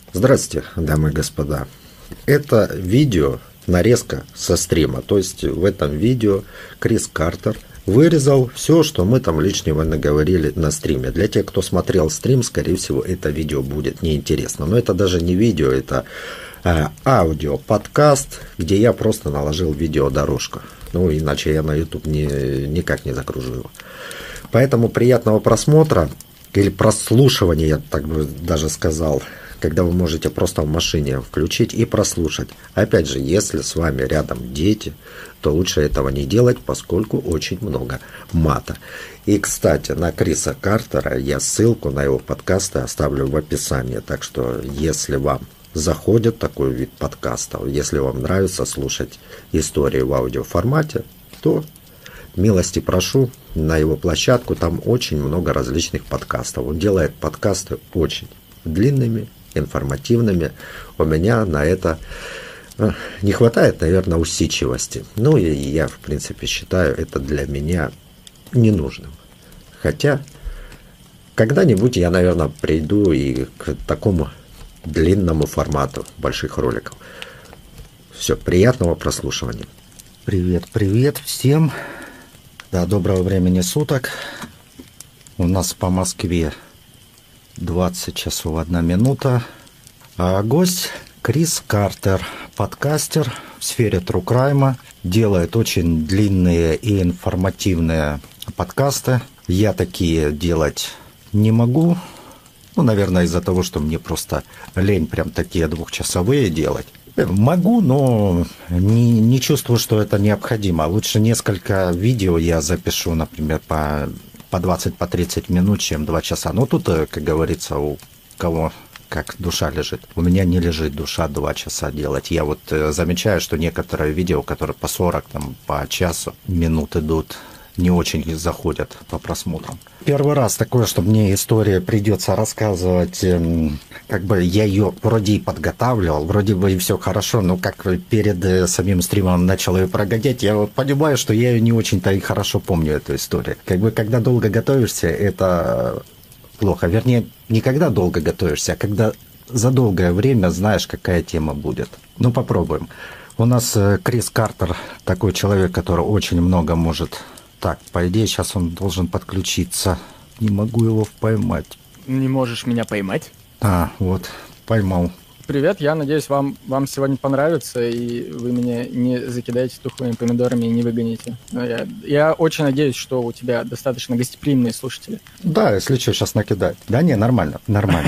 Здравствуйте, дамы и господа. Это видео нарезка со стрима. То есть в этом видео Крис Картер вырезал все, что мы там лишнего наговорили на стриме. Для тех, кто смотрел стрим, скорее всего, это видео будет неинтересно. Но это даже не видео, это аудио, подкаст, где я просто наложил видеодорожку. Ну, иначе я на YouTube никак не загружу его. Поэтому приятного просмотра или прослушивания, я так бы даже сказал, когда вы можете просто в машине включить и прослушать. Опять же, если с вами рядом дети, то лучше этого не делать, поскольку очень много мата. И, кстати, на Криса Картера я ссылку на его подкасты оставлю в описании. Так что, если вам заходит такой вид подкаста, если вам нравится слушать истории в аудиоформате, то милости прошу на его площадку. Там очень много различных подкастов. Он делает подкасты очень длинными, информативными. У меня на это не хватает, наверное, усидчивости. Ну и я, в принципе, считаю это для меня ненужным. Хотя когда-нибудь я, наверное, приду и к такому длинному формату больших роликов. Все, приятного прослушивания. Привет всем. Да, доброго времени суток. У нас по Москве 20 часов 1 минута. А гость Крис Картер, подкастер в сфере True Crime, делает очень длинные и информативные подкасты. Я такие делать не могу. Ну, наверное, из-за того, что мне просто лень прям такие двухчасовые делать. Могу, но не чувствую, что это необходимо. Лучше несколько видео я запишу, например, по 20, по 30 минут, чем 2 часа. Но тут, как говорится, у кого как душа лежит. У меня не лежит душа 2 часа делать. Я вот замечаю, что некоторые видео, которые по 40, там, по часу минут идут, не очень заходят по просмотрам. Первый раз такое, что мне история придется рассказывать, как бы я ее вроде и подготавливал, вроде бы и все хорошо, но как перед самим стримом начал ее прогонять, я вот понимаю, что я ее не очень-то и хорошо помню, эту историю. Как бы когда долго готовишься, это плохо. Вернее, не когда долго готовишься, а когда за долгое время знаешь, какая тема будет. Ну, попробуем. У нас Крис Картер такой человек, который очень много может... Так, по идее, сейчас он должен подключиться. Не могу его поймать. Не можешь меня поймать? А, вот, поймал. Привет, я надеюсь, вам сегодня понравится, и вы меня не закидаете тухлыми помидорами и не выгоните. Я очень надеюсь, что у тебя достаточно гостеприимные слушатели. Да, если что, сейчас накидать. Да не, нормально.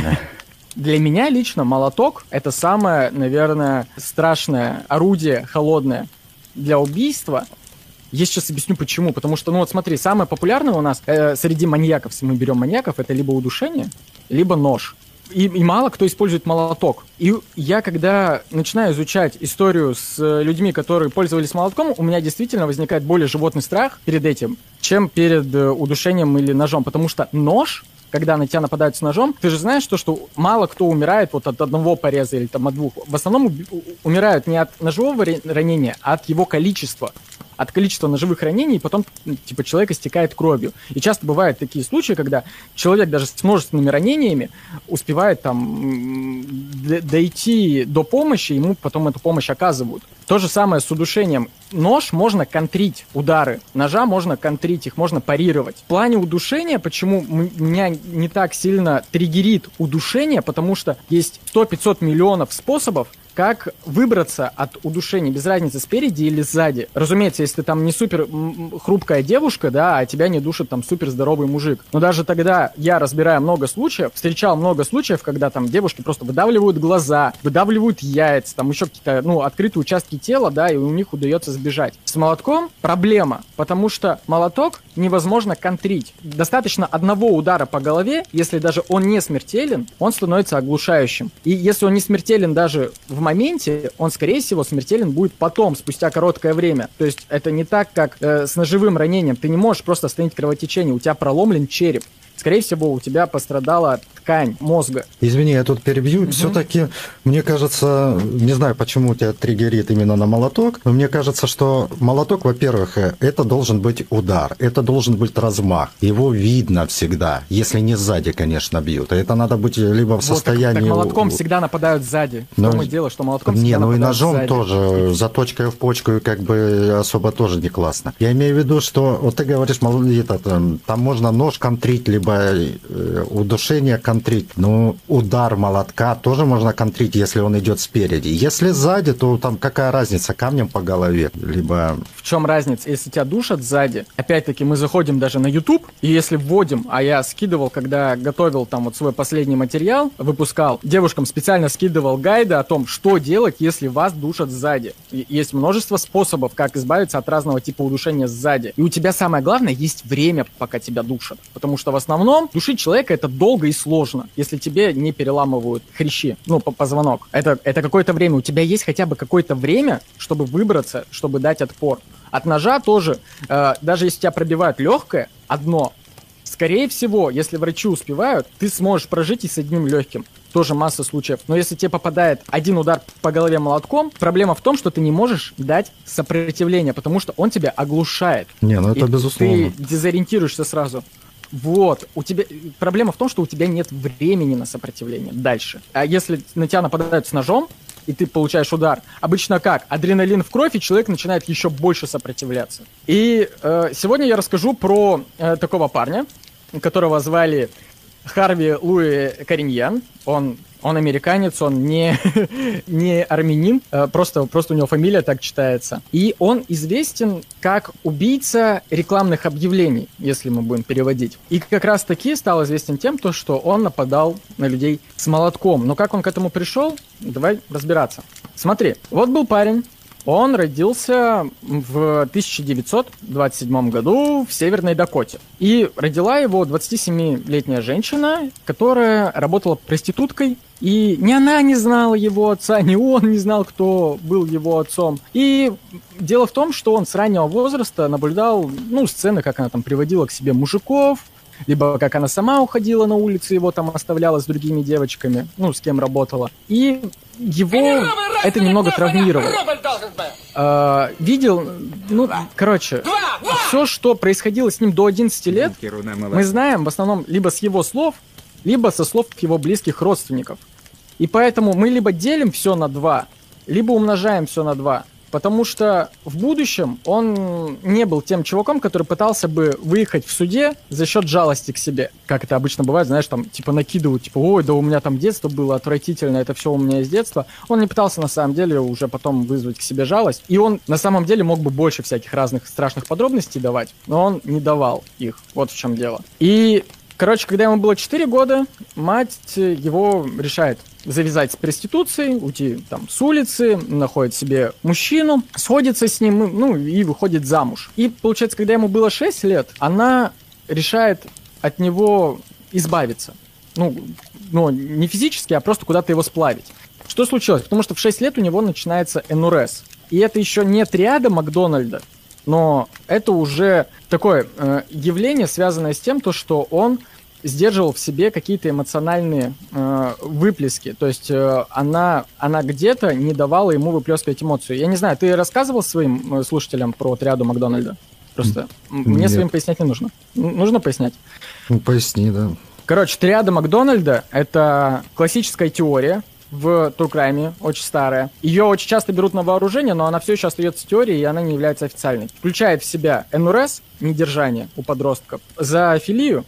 Для меня лично молоток — это самое, наверное, страшное орудие холодное для убийства. Я сейчас объясню почему. Потому что, ну вот смотри, самое популярное у нас среди маньяков, если мы берем маньяков, это либо удушение, либо нож. И мало кто использует молоток. И я, когда начинаю изучать историю с людьми, которые пользовались молотком, у меня действительно возникает более животный страх перед этим, чем перед удушением или ножом. Потому что нож, когда на тебя нападают с ножом, ты же знаешь что мало кто умирает вот от одного пореза или там от двух. В основном умирают не от ножевого ранения, а от его количества. От количества ножевых ранений, и потом, типа, человек истекает кровью. И часто бывают такие случаи, когда человек даже с множественными ранениями успевает там дойти до помощи, ему потом эту помощь оказывают. То же самое с удушением. Нож можно контрить, удары. Ножа можно контрить, их можно парировать. В плане удушения, почему меня не так сильно триггерит удушение, потому что есть 100-500 миллионов способов, как выбраться от удушения, без разницы, спереди или сзади. Разумеется, если ты там не супер хрупкая девушка, да, а тебя не душит там супер здоровый мужик. Но даже тогда я, разбирая много случаев, встречал много случаев, когда там девушки просто выдавливают глаза, выдавливают яйца, там еще какие-то, ну, открытые участки тела, да, и у них удается сбежать. С молотком проблема, потому что молоток невозможно контрить. Достаточно одного удара по голове, если даже он не смертелен, он становится оглушающим. И если он не смертелен даже в моменте, он, скорее всего, смертелен будет потом, спустя короткое время. То есть это не так, как с ножевым ранением. Ты не можешь просто остановить кровотечение, у тебя проломлен череп. Скорее всего, у тебя пострадала ткань мозга. Извини, я тут перебью. Все-таки, мне кажется, не знаю, почему тебя триггерит именно на молоток, но мне кажется, что молоток, во-первых, это должен быть удар, это должен быть размах. Его видно всегда, если не сзади, конечно, бьют. Это надо быть либо в состоянии... Так молотком всегда нападают сзади. В том и дело, что молотком всегда нападают и ножом сзади. тоже, заточкой в почку, как бы особо тоже не классно. Я имею в виду, что, вот ты говоришь, там можно нож контрить, либо удушение контрить. Но удар молотка тоже можно контрить, если он идет спереди. Если сзади, то там какая разница, камнем по голове, либо... В чем разница? Если тебя душат сзади, опять-таки мы заходим даже на YouTube, и если вводим, а я скидывал, когда готовил там вот свой последний материал, выпускал, девушкам специально скидывал гайды о том, что делать, если вас душат сзади. И есть множество способов, как избавиться от разного типа удушения сзади. И у тебя самое главное, есть время, пока тебя душат. Потому что в основном душить человека это долго и сложно, если тебе не переламывают хрящи, позвонок. Это какое-то время. У тебя есть хотя бы какое-то время, чтобы выбраться, чтобы дать отпор. От ножа тоже, даже если тебя пробивают легкое, одно, скорее всего, если врачи успевают, ты сможешь прожить и с одним легким. Тоже масса случаев. Но если тебе попадает один удар по голове молотком, проблема в том, что ты не можешь дать сопротивление, потому что он тебя оглушает. Это безусловно. Ты дезориентируешься сразу. Вот, проблема в том, что у тебя нет времени на сопротивление дальше. А если на тебя нападают с ножом, и ты получаешь удар, обычно как? Адреналин в кровь, и человек начинает еще больше сопротивляться. И сегодня я расскажу про такого парня, которого звали Харви Луи Кариньян. Он американец, он не армянин, просто у него фамилия так читается. И он известен как убийца рекламных объявлений, если мы будем переводить. И как раз таки стал известен тем, что он нападал на людей с молотком. Но как он к этому пришел? Давай разбираться. Смотри, вот был парень. Он родился в 1927 году в Северной Дакоте. И родила его 27-летняя женщина, которая работала проституткой. И ни она не знала его отца, ни он не знал, кто был его отцом. И дело в том, что он с раннего возраста наблюдал, сцены, как она там приводила к себе мужиков, либо как она сама уходила на улицы, его там оставляла с другими девочками, с кем работала. И его это немного травмировало. Видел, все, что происходило с ним до 11 лет, мы знаем в основном либо с его слов, либо со слов его близких родственников. И поэтому мы либо делим все на 2, либо умножаем все на 2. Потому что в будущем он не был тем чуваком, который пытался бы выехать в суде за счет жалости к себе. Как это обычно бывает, знаешь, там накидывают, ой, да у меня там детство было отвратительно, это все у меня из детства. Он не пытался на самом деле уже потом вызвать к себе жалость. И он на самом деле мог бы больше всяких разных страшных подробностей давать, но он не давал их. Вот в чем дело. И, когда ему было 4 года, мать его решает завязать с проституцией, уйти там с улицы, находит себе мужчину, сходится с ним, и выходит замуж. И, получается, когда ему было 6 лет, она решает от него избавиться. Не физически, а просто куда-то его сплавить. Что случилось? Потому что в 6 лет у него начинается НРС. И это еще не триада Макдональда, но это уже такое явление, связанное с тем, что он сдерживал в себе какие-то эмоциональные выплески. То есть она где-то не давала ему выплескивать эмоцию. Я не знаю, ты рассказывал своим слушателям про триаду Макдональда? Просто мне своим пояснять не нужно. Нужно пояснять? Поясни, да. Триада Макдональда — это классическая теория в True Crime, очень старая. Ее очень часто берут на вооружение, но она все еще остается теорией, и она не является официальной. Включает в себя НРС, недержание у подростков, зоофилию,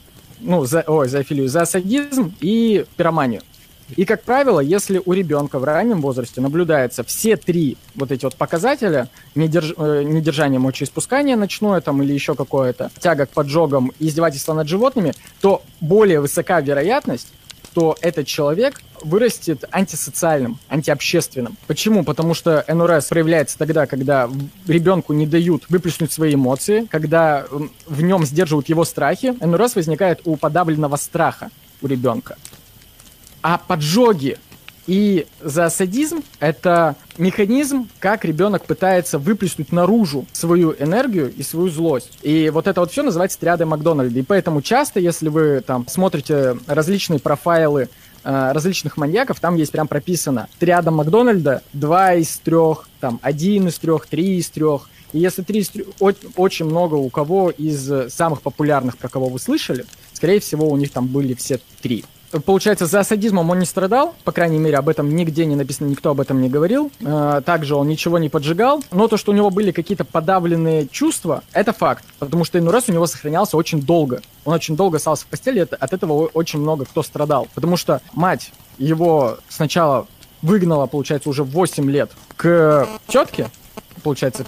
за садизм и пироманию. И, как правило, если у ребенка в раннем возрасте наблюдаются все 3 вот эти вот показателя, недержание мочеиспускания ночное там или еще какое-то, тяга к поджогам и издевательство над животными, то более высока вероятность, что этот человек вырастет антисоциальным, антиобщественным. Почему? Потому что НРС проявляется тогда, когда ребенку не дают выплеснуть свои эмоции, когда в нем сдерживают его страхи. НРС возникает у подавленного страха у ребенка. А поджоги И зоосадизм – это механизм, как ребенок пытается выплеснуть наружу свою энергию и свою злость. И вот это вот все называется триадой Макдональда. И поэтому часто, если вы там смотрите различные профайлы различных маньяков, там есть прям прописано триада Макдональда, 2 из 3, там 1 из 3, 3 из 3. И если 3 из 3, очень много у кого из самых популярных, про кого вы слышали, скорее всего, у них там были все 3. Получается, за садизмом он не страдал, по крайней мере, об этом нигде не написано, никто об этом не говорил. Также он ничего не поджигал, но то, что у него были какие-то подавленные чувства, это факт, потому что иной раз у него сохранялся очень долго. Он очень долго остался в постели, от этого очень много кто страдал, потому что мать его сначала выгнала, получается, уже в 8 лет к тетке, получается,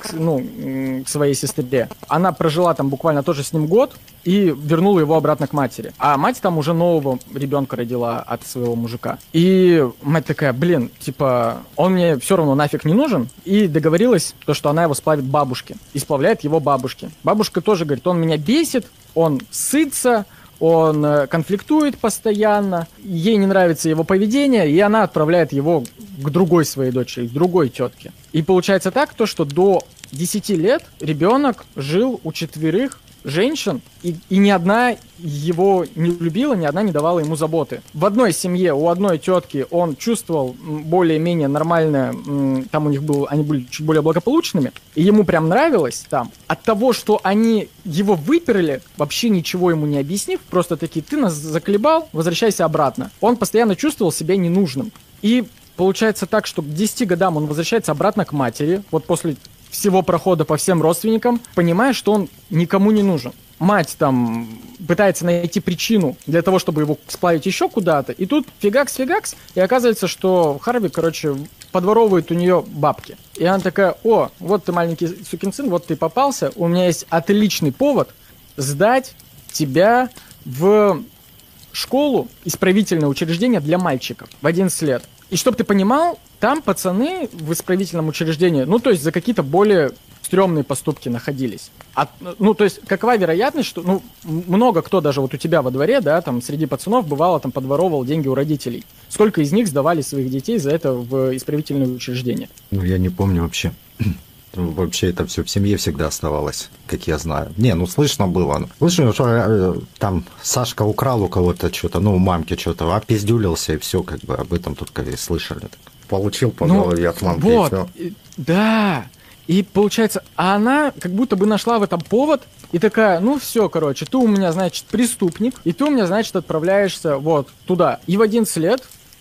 к своей сестре. Она прожила там буквально тоже с ним год и вернула его обратно к матери. А мать там уже нового ребенка родила от своего мужика. И мать такая, блин, типа, он мне все равно нафиг не нужен. И договорилась, что она его сплавит бабушке. И сплавляет его бабушке. Бабушка тоже говорит, он меня бесит, он сытся, он конфликтует постоянно, ей не нравится его поведение, и она отправляет его к другой своей дочери, к другой тетке. И получается так, что до 10 лет ребенок жил у 4 женщин, и ни одна его не любила, ни одна не давала ему заботы. В одной семье, у одной тетки он чувствовал более-менее нормальное, там они были чуть более благополучными, и ему прям нравилось там. От того, что они его выперли, вообще ничего ему не объяснив, просто такие, ты нас заколебал, возвращайся обратно. Он постоянно чувствовал себя ненужным. И получается так, что к 10 годам он возвращается обратно к матери, вот после всего прохода по всем родственникам, понимая, что он никому не нужен. Мать там пытается найти причину для того, чтобы его сплавить еще куда-то, и тут фигакс, и оказывается, что Харви, подворовывает у нее бабки. И она такая, о, вот ты маленький сукин сын, вот ты попался, у меня есть отличный повод сдать тебя в школу, исправительное учреждение для мальчиков в 11 лет. И чтобы ты понимал, там пацаны в исправительном учреждении, то есть за какие-то более стрёмные поступки находились. То есть какова вероятность, что, много кто даже вот у тебя во дворе, да, там среди пацанов бывало, там подворовывал деньги у родителей. Сколько из них сдавали своих детей за это в исправительное учреждение? Я не помню вообще. Вообще это все в семье всегда оставалось, как я знаю. Слышно было. Слышно, что там Сашка украл у кого-то что-то, у мамки что-то, опиздюлился, и все, об этом только и слышали. Получил по голове от мамки, вот, и все. Да, и получается, она как будто бы нашла в этом повод, и такая, все, ты у меня, значит, преступник, и ты у меня, значит, отправляешься вот туда. И в 11 лет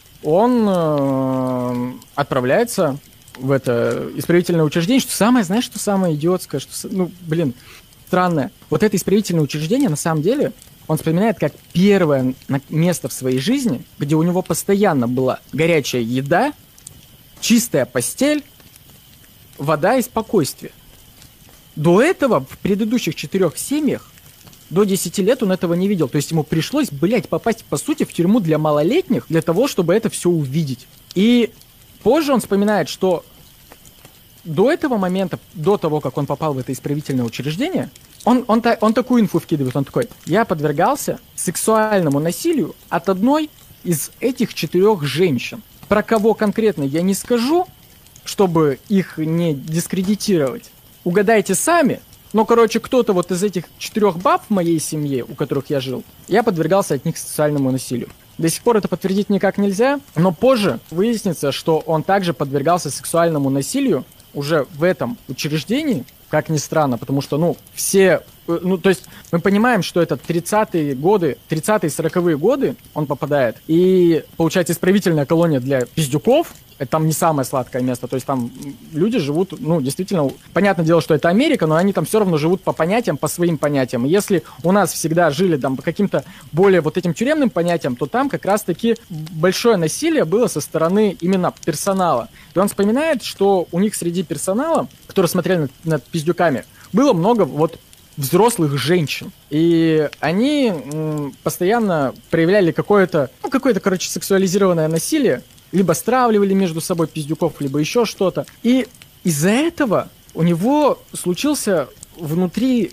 он отправляется в это исправительное учреждение, что самое идиотское, странное. Вот это исправительное учреждение, на самом деле, он вспоминает как первое место в своей жизни, где у него постоянно была горячая еда, чистая постель, вода и спокойствие. До этого в предыдущих 4 семьях до 10 лет он этого не видел. То есть ему пришлось, попасть, по сути, в тюрьму для малолетних, для того, чтобы это все увидеть. И позже он вспоминает, что до этого момента, до того, как он попал в это исправительное учреждение, он такую инфу вкидывает, он такой, я подвергался сексуальному насилию от одной из этих 4 женщин. Про кого конкретно я не скажу, чтобы их не дискредитировать. Угадайте сами, но, кто-то вот из этих 4 баб в моей семье, у которых я жил, я подвергался от них сексуальному насилию. До сих пор это подтвердить никак нельзя, но позже выяснится, что он также подвергался сексуальному насилию уже в этом учреждении, как ни странно, потому что, то есть мы понимаем, что это 30-е, 40-е годы он попадает, и получается исправительная колония для пиздюков, это там не самое сладкое место, то есть там люди живут, действительно, понятное дело, что это Америка, но они там все равно живут по понятиям, по своим понятиям. И если у нас всегда жили там по каким-то более вот этим тюремным понятиям, то там как раз-таки большое насилие было со стороны именно персонала. И он вспоминает, что у них среди персонала, которые смотрели над пиздюками, было много взрослых женщин. И они постоянно проявляли какое-то, сексуализированное насилие, либо стравливали между собой пиздюков, либо еще что-то. И из-за этого у него случился внутри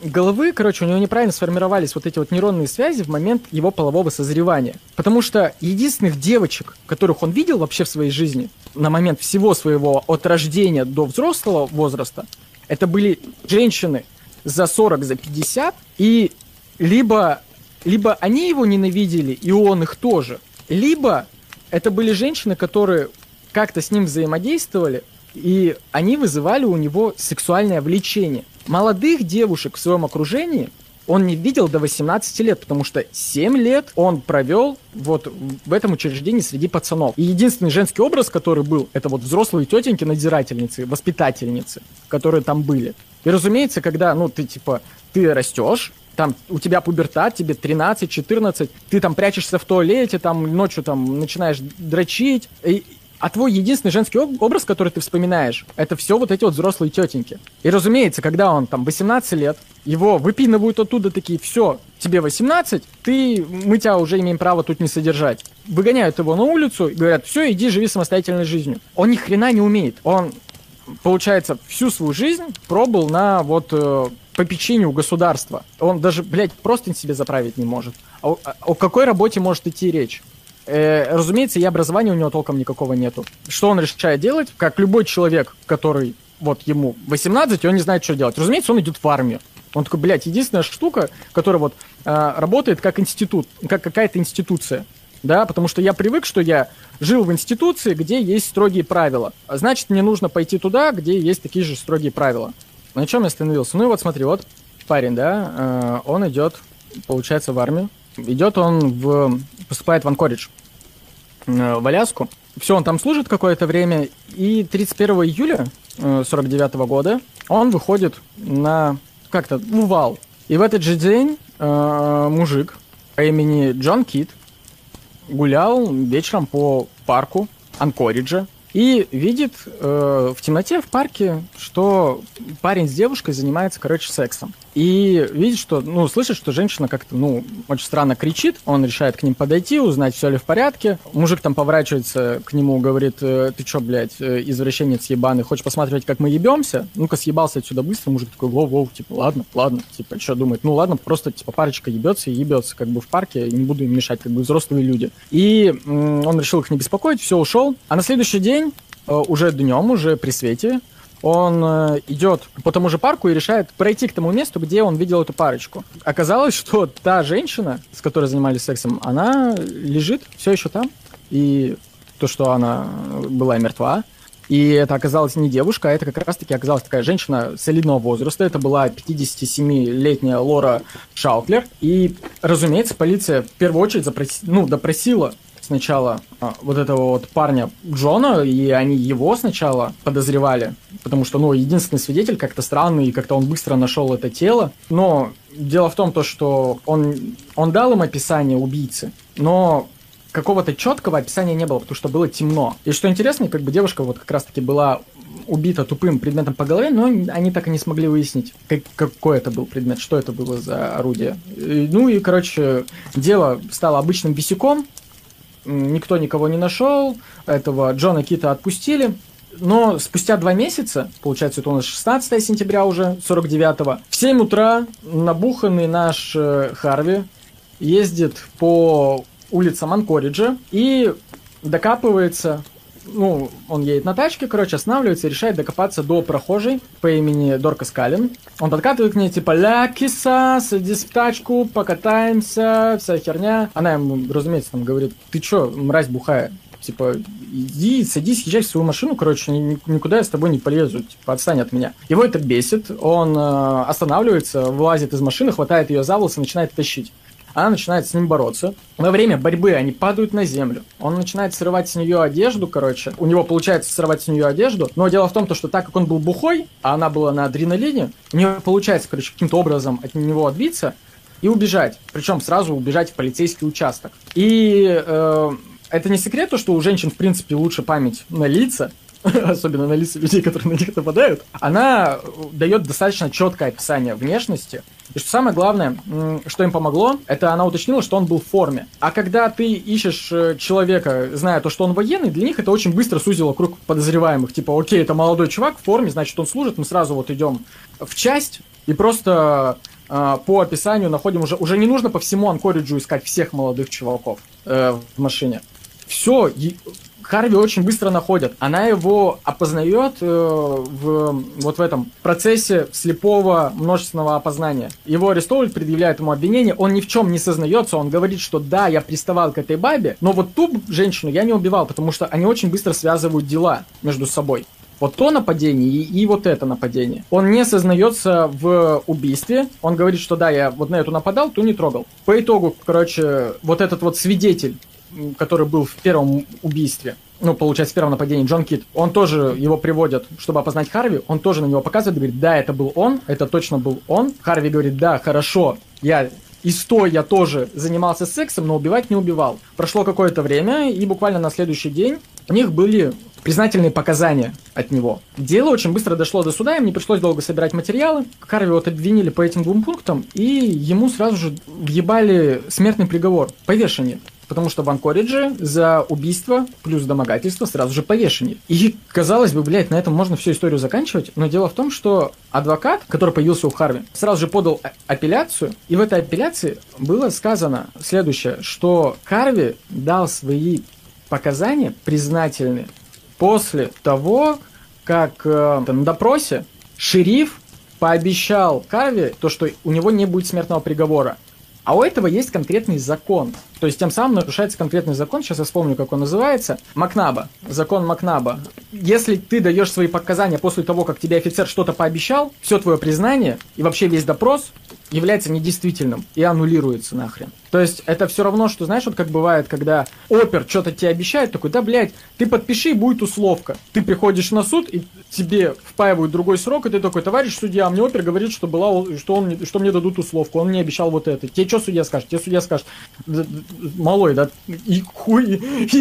головы, короче, у него неправильно сформировались вот эти вот нейронные связи в момент его полового созревания. Потому что единственных девочек, которых он видел вообще в своей жизни, на момент всего своего от рождения до взрослого возраста, это были женщины за 40, за 50, и либо они его ненавидели, и он их тоже, либо это были женщины, которые как-то с ним взаимодействовали, и они вызывали у него сексуальное влечение. Молодых девушек в своем окружении он не видел до 18 лет, потому что 7 лет он провел вот в этом учреждении среди пацанов. И единственный женский образ, который был, это вот взрослые тетеньки-надзирательницы, воспитательницы, которые там были. И, разумеется, когда, ты растешь, там у тебя пубертат, тебе 13-14, ты там прячешься в туалете, там ночью там начинаешь дрочить, а твой единственный женский образ, который ты вспоминаешь, это все вот эти вот взрослые тетеньки. И, разумеется, когда он там 18 лет, его выпинывают оттуда такие: все, тебе 18, мы тебя уже имеем право тут не содержать. Выгоняют его на улицу и говорят: все, иди, живи самостоятельной жизнью. Он ни хрена не умеет. Он, получается, всю свою жизнь пробыл на попечению у государства. Он даже, простынь себе заправить не может. О какой работе может идти речь? Разумеется, и образования у него толком никакого нету. Что он решает делать? Как любой человек, который ему 18, и он не знает, что делать. Разумеется, он идет в армию. Он такой: единственная штука, которая работает как институт, как какая-то институция. Да, потому что я привык, что я жил в институции, где есть строгие правила. А значит, мне нужно пойти туда, где есть такие же строгие правила. На чем я остановился? Смотри, парень, да, он идет, получается, в армию. Идет он поступает в Анкоридж, в Аляску. Все, он там служит какое-то время, и 31 июля 49 года он выходит в вал. И в этот же день мужик по имени Джон Кит гулял вечером по парку Анкориджа и видит в темноте в парке, что парень с девушкой занимается, сексом. И видит, слышит, что женщина как-то, очень странно кричит. Он решает к ним подойти, узнать, все ли в порядке. Мужик там поворачивается к нему, говорит: ты чё, извращенец ебаный, хочешь посмотреть, как мы ебемся? Ну-ка, съебался отсюда быстро. Мужик такой: воу, ладно, что думает? Ладно, просто, парочка ебется в парке, и не буду им мешать, взрослые люди. И он решил их не беспокоить, все, ушел. А на следующий день, уже днем, уже при свете, он идет по тому же парку и решает пройти к тому месту, где он видел эту парочку. Оказалось, что та женщина, с которой занимались сексом, она лежит все еще там. И то, что она была мертва. И это оказалась не девушка, а это как раз-таки оказалась такая женщина солидного возраста. Это была 57-летняя Лора Шауклер. И, разумеется, полиция в первую очередь допросила сначала этого парня Джона, и они его сначала подозревали, потому что, единственный свидетель как-то странный, и как-то он быстро нашел это тело. Но дело в том, что он дал им описание убийцы, но какого-то четкого описания не было, потому что было темно. И что интересно, девушка как раз-таки была убита тупым предметом по голове, но они так и не смогли выяснить, какой это был предмет, что это было за орудие. Дело стало обычным висяком. Никто никого не нашел, этого Джона Кита отпустили, но спустя 2 месяца, получается, это у нас 16 сентября уже, 49-го, в 7 утра набуханный наш Харви ездит по улицам Анкориджа и докапывается, он едет на тачке, останавливается и решает докопаться до прохожей по имени Доркас Каллен. Он подкатывает к ней, «Лякиса, садись в тачку, покатаемся, вся херня». Она ему, разумеется, говорит: ты чё, мразь бухая? Иди, садись, езжай в свою машину, никуда я с тобой не полезу, отстань от меня. Его это бесит, он останавливается, вылазит из машины, хватает ее за волосы, начинает тащить. Она начинает с ним бороться. Во время борьбы они падают на землю. Он начинает срывать с нее одежду, У него получается срывать с нее одежду. Но дело в том, что так как он был бухой, а она была на адреналине, у нее получается, каким-то образом от него отбиться и убежать. Причем сразу убежать в полицейский участок. И это не секрет, что у женщин, в принципе, лучше память на лица, особенно на лица людей, которые на них нападают. Она дает достаточно четкое описание внешности. И что самое главное, что им помогло, это она уточнила, что он был в форме. А когда ты ищешь человека, зная то, что он военный, для них это очень быстро сузило круг подозреваемых. Окей, это молодой чувак в форме, значит, он служит, мы сразу идем в часть, И просто по описанию находим уже не нужно по всему Анкориджу искать всех молодых чуваков в машине. Все, Харви очень быстро находят. Она его опознает вот в этом процессе слепого множественного опознания. Его арестовывают, предъявляют ему обвинение, он ни в чем не сознается, он говорит, что да, я приставал к этой бабе, но вот ту женщину я не убивал, потому что они очень быстро связывают дела между собой. Вот то нападение и вот это нападение. Он не сознается в убийстве. Он говорит, что да, я вот на эту нападал, ту не трогал. По итогу, короче, вот этот вот свидетель, который был в первом убийстве, ну, получается, в первом нападении, Джон Кид, он тоже, его приводят, чтобы опознать Харви, он тоже на него показывает, говорит, да, это был он, это точно был он. Харви говорит, да, хорошо, я тоже занимался сексом, но убивать не убивал. Прошло какое-то время, и буквально на следующий день у них были признательные показания от него. Дело очень быстро дошло до суда, им не пришлось долго собирать материалы. Харви вот обвинили по этим 2 пунктам, и ему сразу же въебали смертный приговор, повешение. Потому что в Анкоридже за убийство плюс домогательство сразу же повешение. И, казалось бы, блядь, на этом можно всю историю заканчивать, но дело в том, что адвокат, который появился у Харви, сразу же подал апелляцию, и в этой апелляции было сказано следующее, что Харви дал свои показания признательные после того, как на допросе шериф пообещал Харви то, что у него не будет смертного приговора. А у этого есть конкретный закон. То есть тем самым нарушается конкретный закон, сейчас я вспомню, как он называется, Макнаба, закон Макнаба. Если ты даешь свои показания после того, как тебе офицер что-то пообещал, все твое признание и вообще весь допрос является недействительным и аннулируется нахрен. То есть это все равно, что, знаешь, вот как бывает, когда опер что-то тебе обещает, такой, да, блядь, ты подпиши, будет условка. Ты приходишь на суд, и тебе впаивают другой срок, и ты такой, товарищ судья, мне опер говорит, что мне дадут условку, он мне обещал вот это. Тебе что судья скажет? Тебе судья скажет, малой, да, и хуй,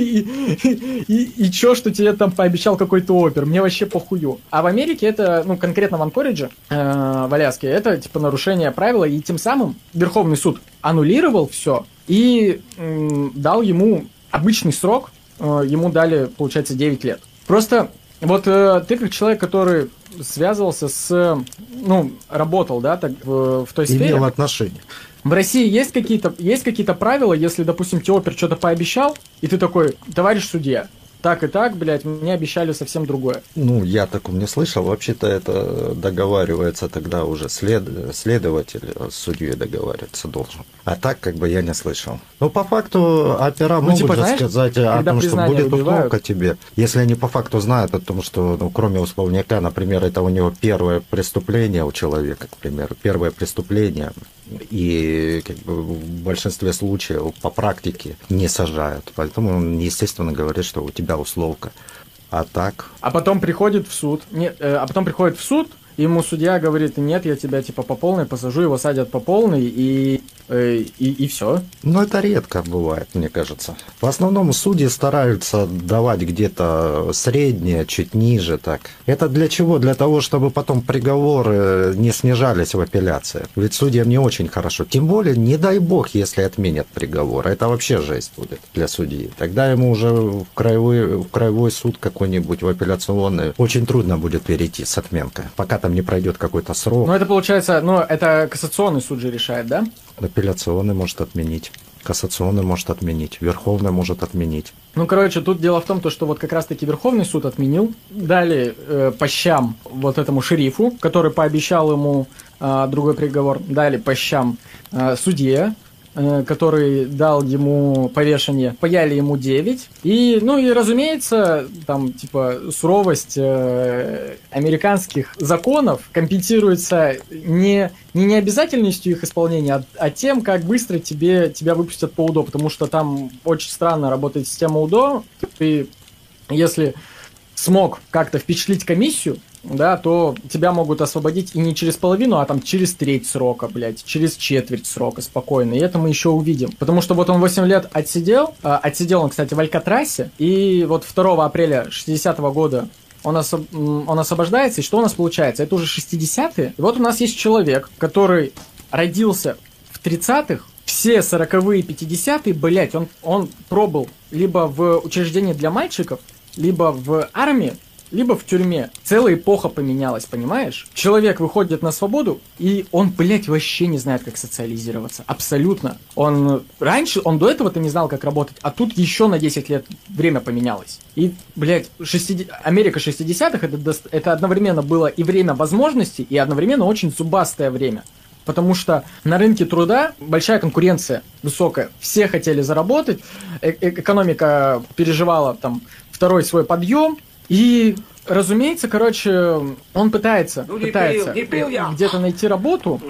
и чё, что тебе там пообещал какой-то опер, мне вообще похую. А в Америке это, ну, конкретно в Анкоридже, в Аляске, это, типа, нарушение правила, и тем самым Верховный суд аннулировал все и дал ему обычный срок, ему дали, получается, 9 лет. Просто вот ты как человек, который связывался работал, да, так, в той сфере. Имел отношение. В России есть какие-то правила, если, допустим, тебе опер что-то пообещал, и ты такой, товарищ судья, так и так, блядь, мне обещали совсем другое. Ну, я такого не слышал. Вообще-то это договаривается тогда уже следователь с судьей договариваться должен. А так, как бы, я не слышал. Но по факту опера могут же сказать о том, что будет условка тебе. Если они по факту знают о том, что, ну, кроме условника, например, это у него первое преступление у человека, к примеру, первое преступление, и как бы, в большинстве случаев по практике не сажают. Поэтому он, естественно, говорит, что у тебя условка. А так... А потом приходит в суд. Ему судья говорит, нет, я тебя типа по полной посажу, его садят по полной, и все. Ну, это редко бывает, мне кажется. В основном судьи стараются давать где-то среднее, чуть ниже так. Это для чего? Для того, чтобы потом приговоры не снижались в апелляции. Ведь судьям не очень хорошо. Тем более, не дай бог, если отменят приговор. Это вообще жесть будет для судьи. Тогда ему уже в краевой суд какой-нибудь, в апелляционный, очень трудно будет перейти с отменкой, пока там не пройдет какой-то срок. Ну, это получается, это кассационный суд же решает, да? Апелляционный может отменить, кассационный может отменить, Верховный может отменить. Ну, короче, тут дело в том, что вот как раз-таки Верховный суд отменил, дали по щам вот этому шерифу, который пообещал ему другой приговор, дали по щам судье, который дал ему повешение, паяли ему 9. И, разумеется, там, типа, суровость американских законов компенсируется не необязательностью их исполнения, а тем, как быстро тебя выпустят по УДО, потому что там очень странно работает система УДО. Ты, если смог как-то впечатлить комиссию, да, то тебя могут освободить и не через половину, а там через треть срока, блядь, через четверть срока спокойно. И это мы еще увидим. Потому что вот он 8 лет отсидел он, кстати, в Алькатрасе, и вот 2 апреля 60-го года он освобождается, и что у нас получается? Это уже 60-е. И вот у нас есть человек, который родился в 30-х, все 40-е, 50-е, блядь, он пробыл либо в учреждении для мальчиков, либо в армии, либо в тюрьме. Целая эпоха поменялась, понимаешь? Человек выходит на свободу, и он, блядь, вообще не знает, как социализироваться. Абсолютно. Он до этого-то не знал, как работать, а тут еще на 10 лет время поменялось. И, блядь, Америка 60-х это одновременно было и время возможностей, и одновременно очень зубастое время. Потому что на рынке труда большая конкуренция, высокая. Все хотели заработать, экономика переживала там второй свой подъем. И, разумеется, короче, он пытается где-то найти работу.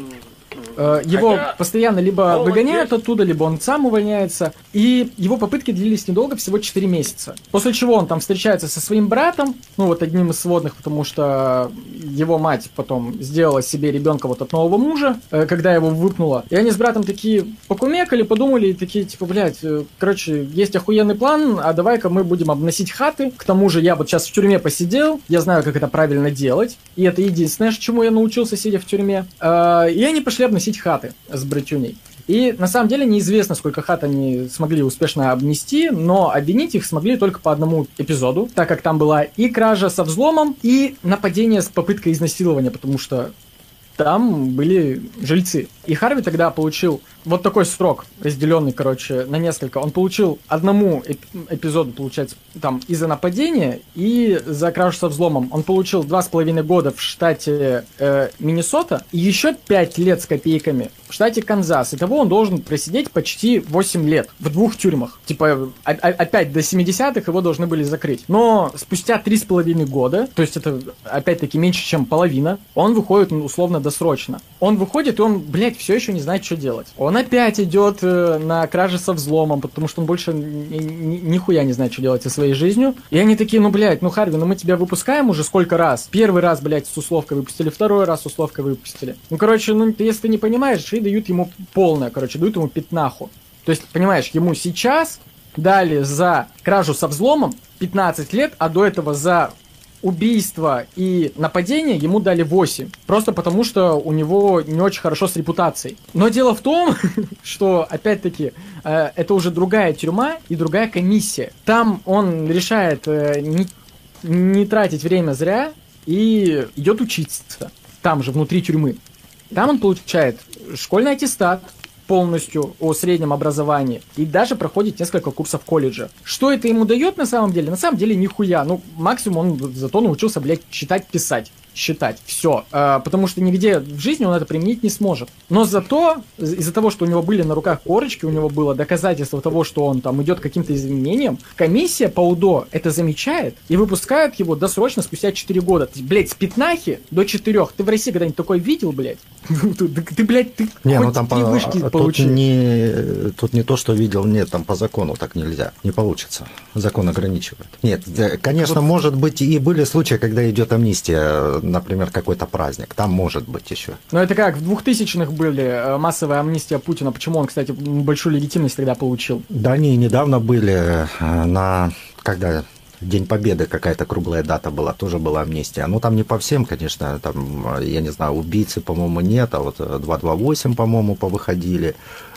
Его постоянно либо выгоняют оттуда, либо он сам увольняется. И его попытки длились недолго, всего 4 месяца. После чего он там встречается со своим братом, ну вот одним из сводных, потому что его мать потом сделала себе ребенка вот от нового мужа, когда его выпнула. И они с братом такие покумекали, подумали, и такие, типа, блядь, короче, есть охуенный план, а давай-ка мы будем обносить хаты. К тому же я вот сейчас в тюрьме посидел, я знаю, как это правильно делать. И это единственное, чему я научился, сидя в тюрьме. И они пошли обносить хаты с братюней. И на самом деле неизвестно, сколько хат они смогли успешно обнести, но обвинить их смогли только по одному эпизоду, так как там была и кража со взломом, и нападение с попыткой изнасилования, потому что там были жильцы. И Харви тогда получил вот такой срок, разделенный, короче, на несколько. Он получил одному эпизоду, получается, там, и за нападение, и за кражу со взломом. Он получил 2,5 года в штате Миннесота, и еще 5 лет с копейками в штате Канзас. Итого он должен просидеть почти 8 лет в 2 тюрьмах. Типа, опять до 70-х его должны были закрыть. Но спустя 3,5 года, то есть это, опять-таки, меньше, чем половина, он выходит, условно, досрочно. Он выходит, и он, блядь, все еще не знает, что делать. Он опять идет на краже со взломом, потому что он больше нихуя не знает, что делать со своей жизнью. И они такие, ну, блядь, ну, Харви, ну мы тебя выпускаем уже сколько раз? Первый раз, блядь, с условкой выпустили, второй раз с условкой выпустили. Ну, короче, ну, если ты не понимаешь, и дают ему полное, короче, дают ему пятнаху. То есть, понимаешь, ему сейчас дали за кражу со взломом 15 лет, а до этого за убийство и нападение ему дали 8. Просто потому, что у него не очень хорошо с репутацией. Но дело в том, что, опять-таки, это уже другая тюрьма и другая комиссия. Там он решает не тратить время зря и идет учиться. Там же, внутри тюрьмы. Там он получает школьный аттестат полностью о среднем образовании и даже проходит несколько курсов колледжа. Что это ему дает на самом деле? На самом деле нихуя. Ну, максимум он зато научился, блядь, читать, писать. Считать. Все. Потому что нигде в жизни он это применить не сможет. Но зато, из-за того, что у него были на руках корочки, у него было доказательство того, что он там идет к каким-то изменениям, комиссия по УДО это замечает и выпускает его досрочно спустя 4 года. Ты, блядь, с пятнахи до 4. Ты в России когда-нибудь такой видел, блядь? Ты, блядь, ты не, хоть ну там 3 вышки получил. Тут не то, что видел, нет, там по закону так нельзя. Не получится. Закон ограничивает. Нет, конечно, может быть, и были случаи, когда идет амнистия, например, какой-то праздник. Там может быть еще. Но это как, в 2000-х были массовая амнистия Путина. Почему он, кстати, большую легитимность тогда получил? Да, они недавно были когда День Победы какая-то круглая дата была, тоже была амнистия. Ну, там не по всем, конечно, там, я не знаю, убийцы, по-моему, нет, а вот 228, по-моему, повыходили,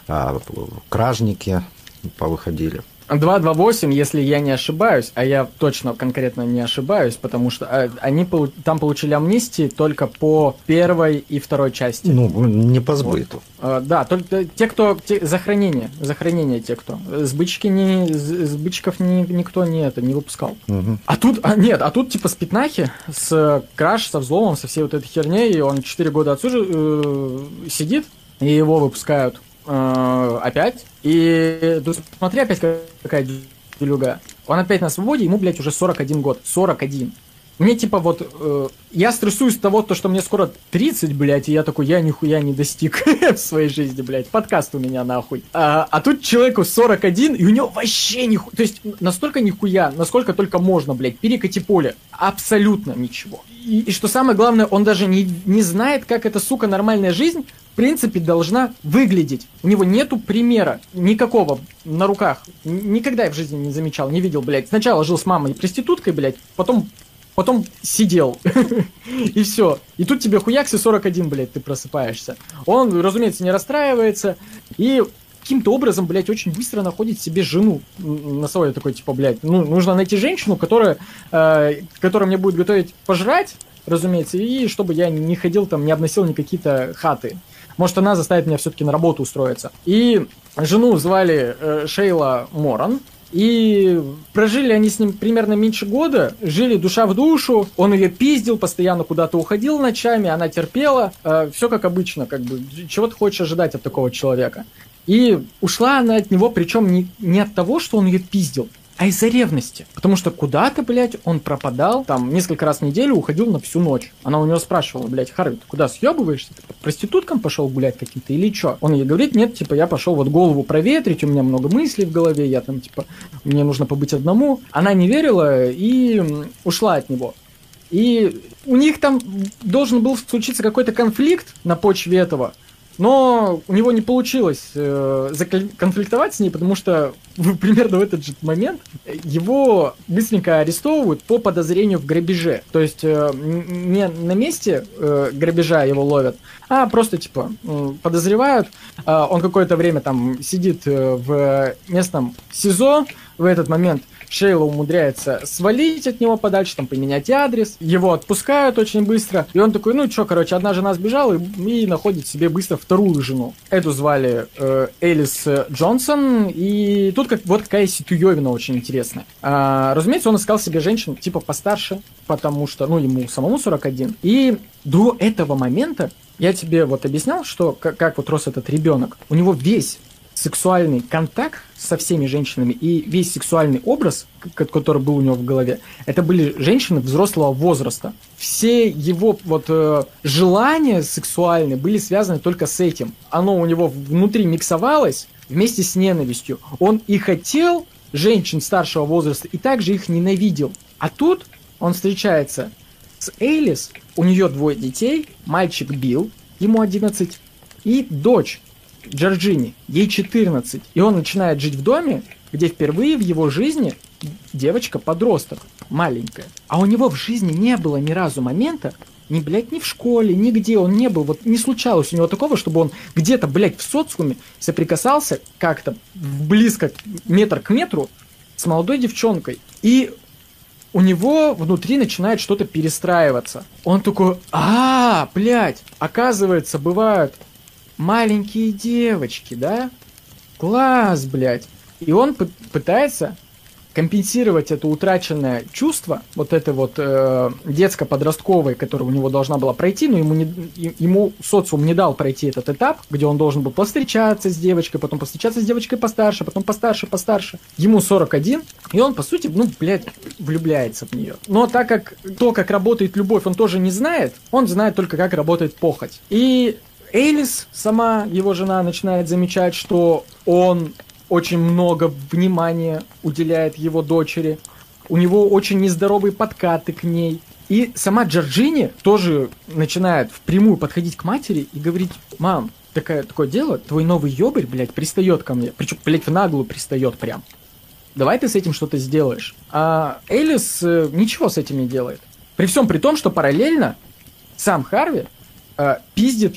кражники повыходили. 228, если я не ошибаюсь, а я точно конкретно не ошибаюсь, потому что они там получили амнистии только по первой и второй части. Ну, не по сбыту. Вот. Да, только те, кто... за хранение те, кто. Сбычков никто не выпускал. Угу. А тут типа с пятнахи, с краж, со взломом, со всей вот этой херней, и он 4 года сидит, и его выпускают. Опять. И тут смотри, опять какая делюга. Он опять на свободе, ему, блядь, уже 41 год. 41. Мне типа вот... я стрессуюсь с того, что мне скоро 30, блядь, и я такой, я нихуя не достиг в своей жизни, блядь. Подкаст у меня нахуй. А тут человеку 41, и у него вообще нихуя... То есть настолько нихуя, насколько только можно, блядь. Перекати поле. Абсолютно ничего. И что самое главное, он даже не знает, как эта, сука, нормальная жизнь в принципе должна выглядеть. У него нету примера никакого на руках. Никогда я в жизни не замечал, не видел, блядь. Сначала жил с мамой проституткой, блядь, потом сидел. И все. И тут тебе хуякс и 41, блядь, ты просыпаешься. Он, разумеется, не расстраивается. И каким-то образом, блядь, очень быстро находит себе жену. На свой такой, типа, блядь, ну, нужно найти женщину, которая мне будет готовить пожрать, разумеется, и чтобы я не ходил там, не обносил ни какие-то хаты. Может, она заставит меня все-таки на работу устроиться. И жену звали Шейла Моран. И прожили они с ним примерно меньше года, жили душа в душу, он ее пиздил, постоянно куда-то уходил ночами, она терпела, все как обычно, как бы, чего ты хочешь ожидать от такого человека. И ушла она от него, причем не от того, что он ее пиздил, а из-за ревности. Потому что куда-то, блядь, он пропадал, там, несколько раз в неделю уходил на всю ночь. Она у него спрашивала, блядь, Харви, ты куда съебываешься? Ты по проституткам пошел гулять каким-то или чё? Он ей говорит, нет, типа, я пошел вот голову проветрить, у меня много мыслей в голове, я там, типа, мне нужно побыть одному. Она не верила и ушла от него. И у них там должен был случиться какой-то конфликт на почве этого. Но у него не получилось конфликтовать с ней, потому что примерно в этот же момент его быстренько арестовывают по подозрению в грабеже. То есть не на месте грабежа его ловят, а просто типа подозревают. Он какое-то время там сидит в местном СИЗО. В этот момент Шейла умудряется свалить от него подальше, там, поменять адрес. Его отпускают очень быстро. И он такой, ну чё, короче, одна жена сбежала и находит себе быстро вторую жену. Эту звали Элис Джонсон. И тут вот какая ситуевина очень интересная. Разумеется, он искал себе женщин типа постарше, потому что, ну, ему самому 41. И до этого момента я тебе вот объяснял, что как вот рос этот ребенок. У него весь сексуальный контакт со всеми женщинами и весь сексуальный образ, который был у него в голове, это были женщины взрослого возраста. Все его вот желания сексуальные были связаны только с этим. Оно у него внутри миксовалось вместе с ненавистью. Он и хотел женщин старшего возраста, и также их ненавидел. А тут он встречается с Элис, у нее 2 детей, мальчик Билл, ему 11, и дочь Джорджини, ей 14. И он начинает жить в доме, где впервые в его жизни девочка-подросток, маленькая. А у него в жизни не было ни разу момента, ни в школе, нигде он не был. Вот не случалось у него такого, чтобы он где-то, блядь, в социуме соприкасался как-то близко, метр к метру с молодой девчонкой. И у него внутри начинает что-то перестраиваться. Он такой, блядь, оказывается, бывают маленькие девочки, да? Класс, блядь. И он пытается компенсировать это утраченное чувство, вот это вот детско-подростковое, которое у него должна была пройти, но ему социум не дал пройти этот этап, где он должен был повстречаться с девочкой, потом повстречаться с девочкой постарше, потом постарше. Ему 41, и он, по сути, влюбляется в нее. Но так как как работает любовь, он тоже не знает, он знает только, как работает похоть. И Элис, сама его жена, начинает замечать, что он очень много внимания уделяет его дочери. У него очень нездоровые подкаты к ней. И сама Джорджини тоже начинает впрямую подходить к матери и говорить: мам, такое дело, твой новый ёбарь, блядь, пристает ко мне. Причем, блядь, в наглую пристает прям. Давай ты с этим что-то сделаешь. А Элис ничего с этим не делает. При всем при том, что параллельно сам Харви пиздит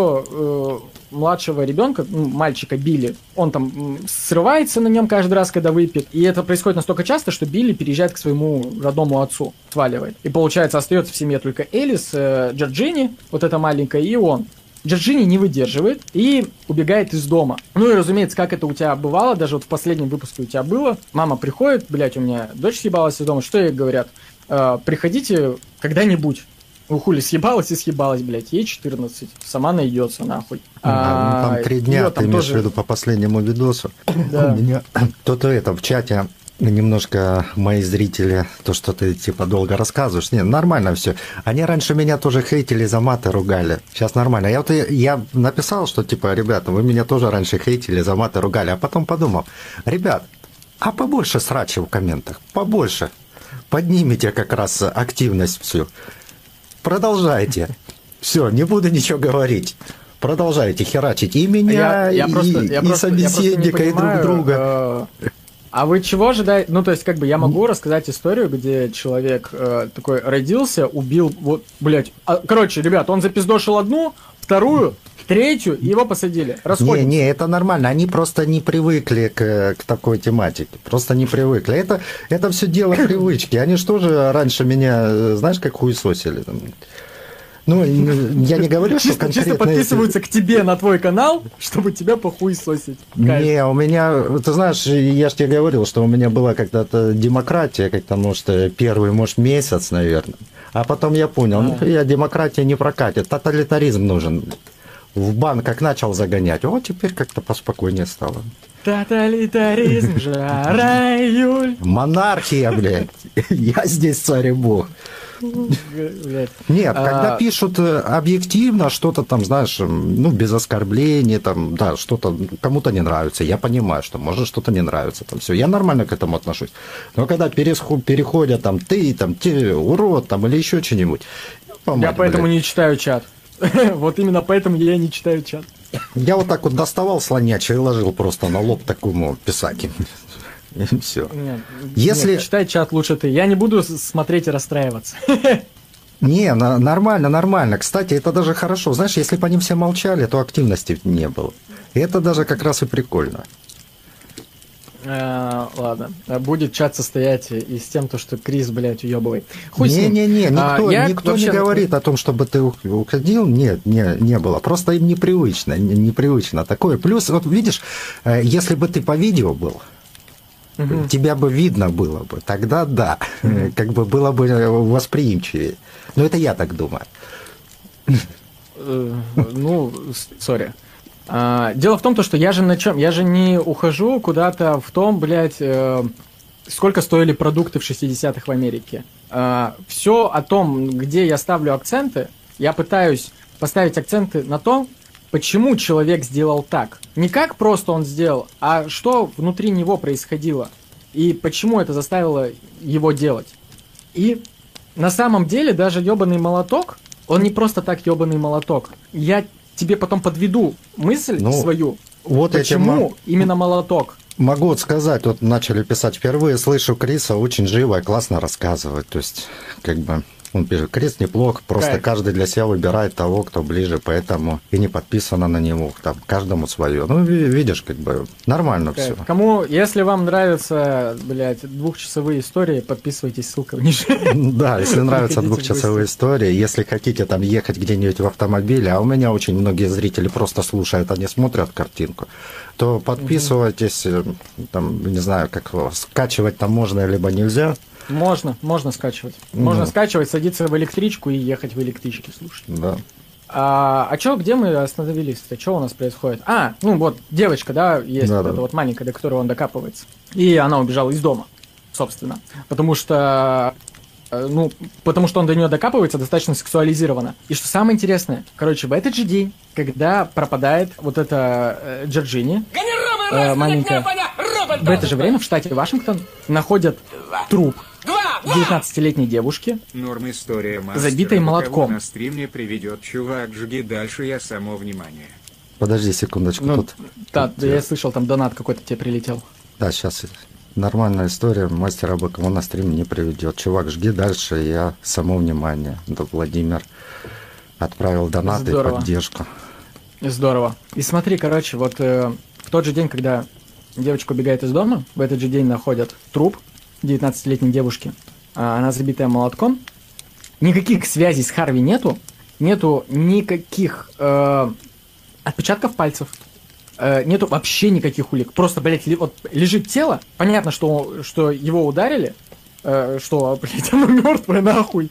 ее младшего ребенка, мальчика Билли. Он там срывается на нем каждый раз, когда выпьет. И это происходит настолько часто, что Билли переезжает к своему родному отцу, сваливает. И получается, остается в семье только Элис, Джорджини, вот эта маленькая, и он. Джорджини не выдерживает и убегает из дома. Ну и, разумеется, как это у тебя бывало, даже вот в последнем выпуске у тебя было. Мама приходит, блядь, у меня дочь съебалась из дома. Что ей говорят? Приходите когда-нибудь. Хули, съебалась, блядь, ей 14, сама найдется, нахуй. Там 3 дня, ты имеешь в виду по последнему видосу. Да. У меня кто-то в чате немножко мои зрители, то, что ты типа долго рассказываешь. Не, нормально все. Они раньше меня тоже хейтили, за маты ругали. Сейчас нормально. Я написал, что типа, ребята, вы меня тоже раньше хейтили, за маты ругали. А потом подумал, ребят, а побольше срача в комментах, побольше. Поднимите как раз активность всю. Продолжайте. Все, не буду ничего говорить. Продолжайте херачить и меня, и собеседника, и друг друга. А вы чего ожидаете? Ну, то есть, как бы я могу рассказать историю, где человек такой родился, убил, вот, блядь. Короче, ребят, он запиздошил одну, вторую, третью, и его посадили. Расходимся. Не, это нормально. Они просто не привыкли к такой тематике. Просто не привыкли. Это все дело привычки. Они же тоже раньше меня, знаешь, как хуесосили. Ну, я не говорю, что конкретно... Чисто подписываются к тебе на твой канал, чтобы тебя похуесосить. Не, у меня... Ты знаешь, я же тебе говорил, что у меня была когда-то демократия, как-то, может, первый, может, месяц, наверное. А потом я понял, демократия не прокатит, тоталитаризм нужен. В бан как начал загонять, вот теперь как-то поспокойнее стало. Тоталитаризм, жара, июль. Монархия, блядь. Я здесь царь и бог. Нет, когда пишут объективно что-то там, знаешь, ну, без оскорблений, там, да, что-то кому-то не нравится, я понимаю, что может что-то не нравится, там, все, я нормально к этому отношусь. Но когда переходят там ты урод, там, или еще что-нибудь. Я поэтому не читаю чат. Вот именно поэтому я не читаю чат. Я вот так вот доставал слонячий и ложил просто на лоб такому писаки. И все. Нет, читай чат лучше ты. Я не буду смотреть и расстраиваться. Не, нормально. Кстати, это даже хорошо. Знаешь, если бы они все молчали, то активности не было. И это даже как раз и прикольно. Ладно. Будет чат состоять и с тем, что Крис, блядь, уебывает. Не, никто вообще... не говорит о том, чтобы ты уходил. Нет, не было. Просто им непривычно такое. Плюс, вот видишь, если бы ты по видео был, тебя бы видно было бы, тогда да, как бы было бы восприимчивее. Но это я так думаю. Ну, сори. Дело в том, что я же не ухожу куда-то в том, блядь, сколько стоили продукты в 60-х в Америке. Все о том, где я ставлю акценты, я пытаюсь поставить акценты на том, почему человек сделал так. Не как просто он сделал, а что внутри него происходило. И почему это заставило его делать. И на самом деле даже ёбаный молоток, он не просто так ёбаный молоток. Я тебе потом подведу мысль свою, вот почему именно молоток. Могу вот сказать, вот начали писать впервые, слышу Криса, очень живо и классно рассказывает. То есть, как бы... Он пишет, Крис неплох, просто каждый для себя выбирает того, кто ближе, поэтому и не подписано на него, там, каждому свое. Ну, видишь, как бы, нормально все. Кому, если вам нравятся, блядь, двухчасовые истории, подписывайтесь, ссылка ниже. Да, если нравятся двухчасовые истории, если хотите там ехать где-нибудь в автомобиле, а у меня очень многие зрители просто слушают, они смотрят картинку, то подписывайтесь, там, не знаю, как скачивать там можно, либо нельзя. Можно скачивать. Можно скачивать, садиться в электричку и ехать в электричке, слушай. Да. Где мы остановились-то? Что у нас происходит? Вот девочка, да, есть эта вот маленькая, до которой он докапывается. И она убежала из дома, собственно. Потому что он до нее докапывается достаточно сексуализированно. И что самое интересное, в этот же день, когда пропадает вот эта Джорджини, маленькая, в это же время в штате Вашингтон находят труп 19-летней девушки, забитой молотком. На стриме приведет чувак, жги дальше, я само внимание. Подожди секундочку. Я слышал, там донат какой-то тебе прилетел. Да, сейчас нормальная история, мастера бы кого на стриме не приведет. Чувак, жги дальше, я само внимание. Да, Владимир отправил донат и поддержку. Здорово. И смотри, вот в тот же день, когда девочка убегает из дома, в этот же день находят труп 19-летней девушки. Она забитая молотком. Никаких связей с Харви нету. Нету никаких отпечатков пальцев. Нету вообще никаких улик. Просто, блядь, вот лежит тело. Понятно, что его ударили. Что, блядь, оно мертвое нахуй.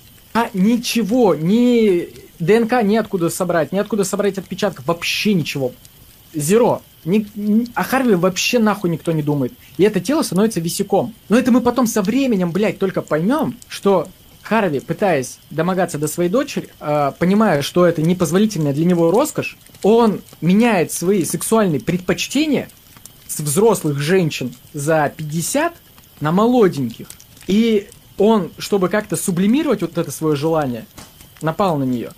Ничего, ни ДНК неоткуда собрать отпечатков. Вообще ничего. Зеро. О Харви вообще нахуй никто не думает. И это тело становится висяком. Но это мы потом со временем, блядь, только поймем, что Харви, пытаясь домогаться до своей дочери, понимая, что это непозволительная для него роскошь, он меняет свои сексуальные предпочтения с взрослых женщин за 50 на молоденьких. И он, чтобы как-то сублимировать вот это свое желание, напал на нее.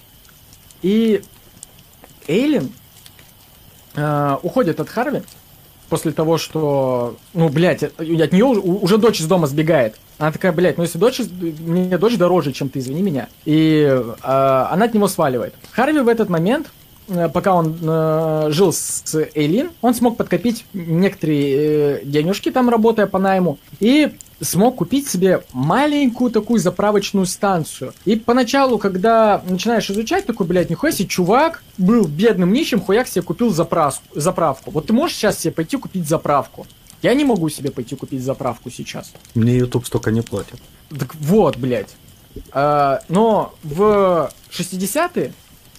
И Эйлин уходит от Харви после того, что, от нее уже дочь из дома сбегает. Она такая, блядь, ну если мне дочь дороже, чем ты, извини меня. И она от него сваливает. Харви в этот момент, пока он жил с Эйлин, он смог подкопить некоторые денежки, там работая по найму, и смог купить себе маленькую такую заправочную станцию. И поначалу, когда начинаешь изучать, такой, блядь, нихуя себе, чувак был бедным нищим, хуяк себе купил заправку. Вот ты можешь сейчас себе пойти купить заправку? Я не могу себе пойти купить заправку сейчас. Мне YouTube столько не платит. Так вот, блядь. Но в 60-е,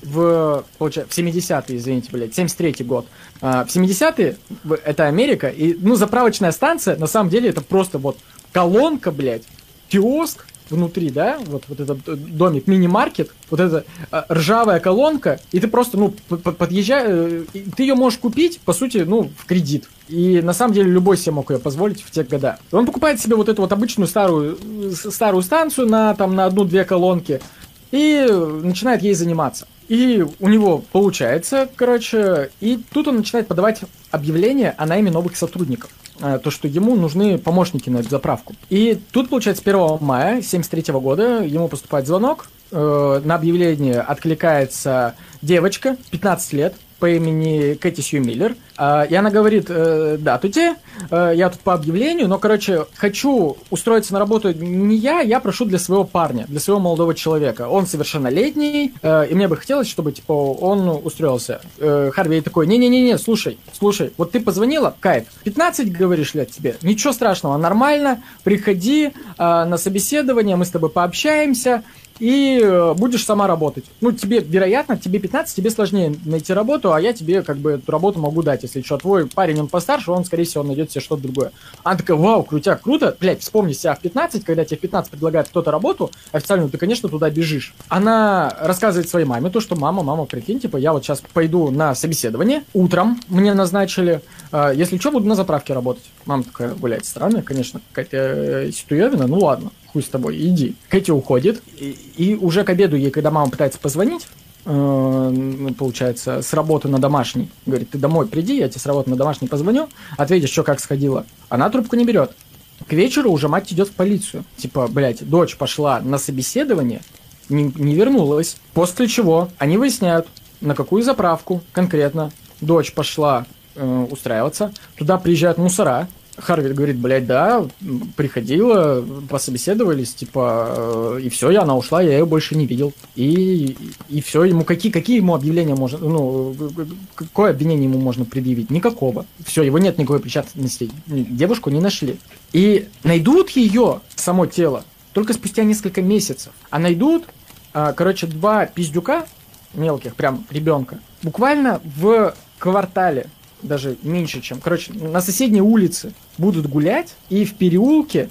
в 70-е, извините, блядь, 73-й год, в 70-е, это Америка, и, ну, заправочная станция, на самом деле, это просто вот колонка, блядь, киоск внутри, да, вот этот домик, мини-маркет, вот эта ржавая колонка, и ты просто, ну, подъезжаешь, ты ее можешь купить, по сути, ну, в кредит. И на самом деле любой себе мог ее позволить в те года. Он покупает себе вот эту вот обычную старую станцию на 1-2 колонки и начинает ей заниматься. И у него получается, короче, и тут он начинает подавать объявление о найме новых сотрудников. То, что ему нужны помощники на эту заправку. И тут, получается, 1 мая 1973 года ему поступает звонок. На объявление откликается девочка, 15 лет, по имени Кэти Сью Миллер. И она говорит, да, я тут по объявлению, но, короче, хочу устроиться на работу не я прошу для своего парня, для своего молодого человека. Он совершеннолетний, и мне бы хотелось, чтобы, типа, он устроился. Харви такой, не-не-не, слушай, вот ты позвонила, кайф, 15, говоришь, лет тебе, ничего страшного, нормально, приходи на собеседование, мы с тобой пообщаемся, и будешь сама работать. Ну, тебе, вероятно, тебе 15, тебе сложнее найти работу, а я тебе, как бы, эту работу могу дать, если что. Твой парень, он постарше, он, скорее всего, найдет себе что-то другое. Она такая, вау, крутяк, круто. Блядь, вспомни себя в 15, когда тебе в 15 предлагает кто-то работу официальную, ты, конечно, туда бежишь. Она рассказывает своей маме то, что мама, прикинь, типа, я вот сейчас пойду на собеседование, утром мне назначили, если что, буду на заправке работать. Мама такая, блядь, странная, конечно, какая-то ситуевина, ну ладно. Хуй с тобой, иди. Кэти уходит, и уже к обеду ей, когда мама пытается позвонить, получается, с работы на домашний, говорит, ты домой приди, я тебе с работы на домашний позвоню, ответишь, что как сходила. Она трубку не берет. К вечеру уже мать идет в полицию. Типа, блядь, дочь пошла на собеседование, не вернулась. После чего они выясняют, на какую заправку конкретно дочь пошла устраиваться. Туда приезжают мусора. Харви говорит, блядь, да, приходила, пособеседовались, типа, и все, она ушла, я ее больше не видел. И все, ему какие ему объявления можно, ну, какое обвинение ему можно предъявить? Никакого. Все, его нет никакой причастности. Девушку не нашли. И найдут ее, само тело, только спустя несколько месяцев. А найдут, короче, 2 пиздюка мелких, прям ребенка, буквально в квартале. Даже меньше, чем... Короче, на соседней улице будут гулять, и в переулке,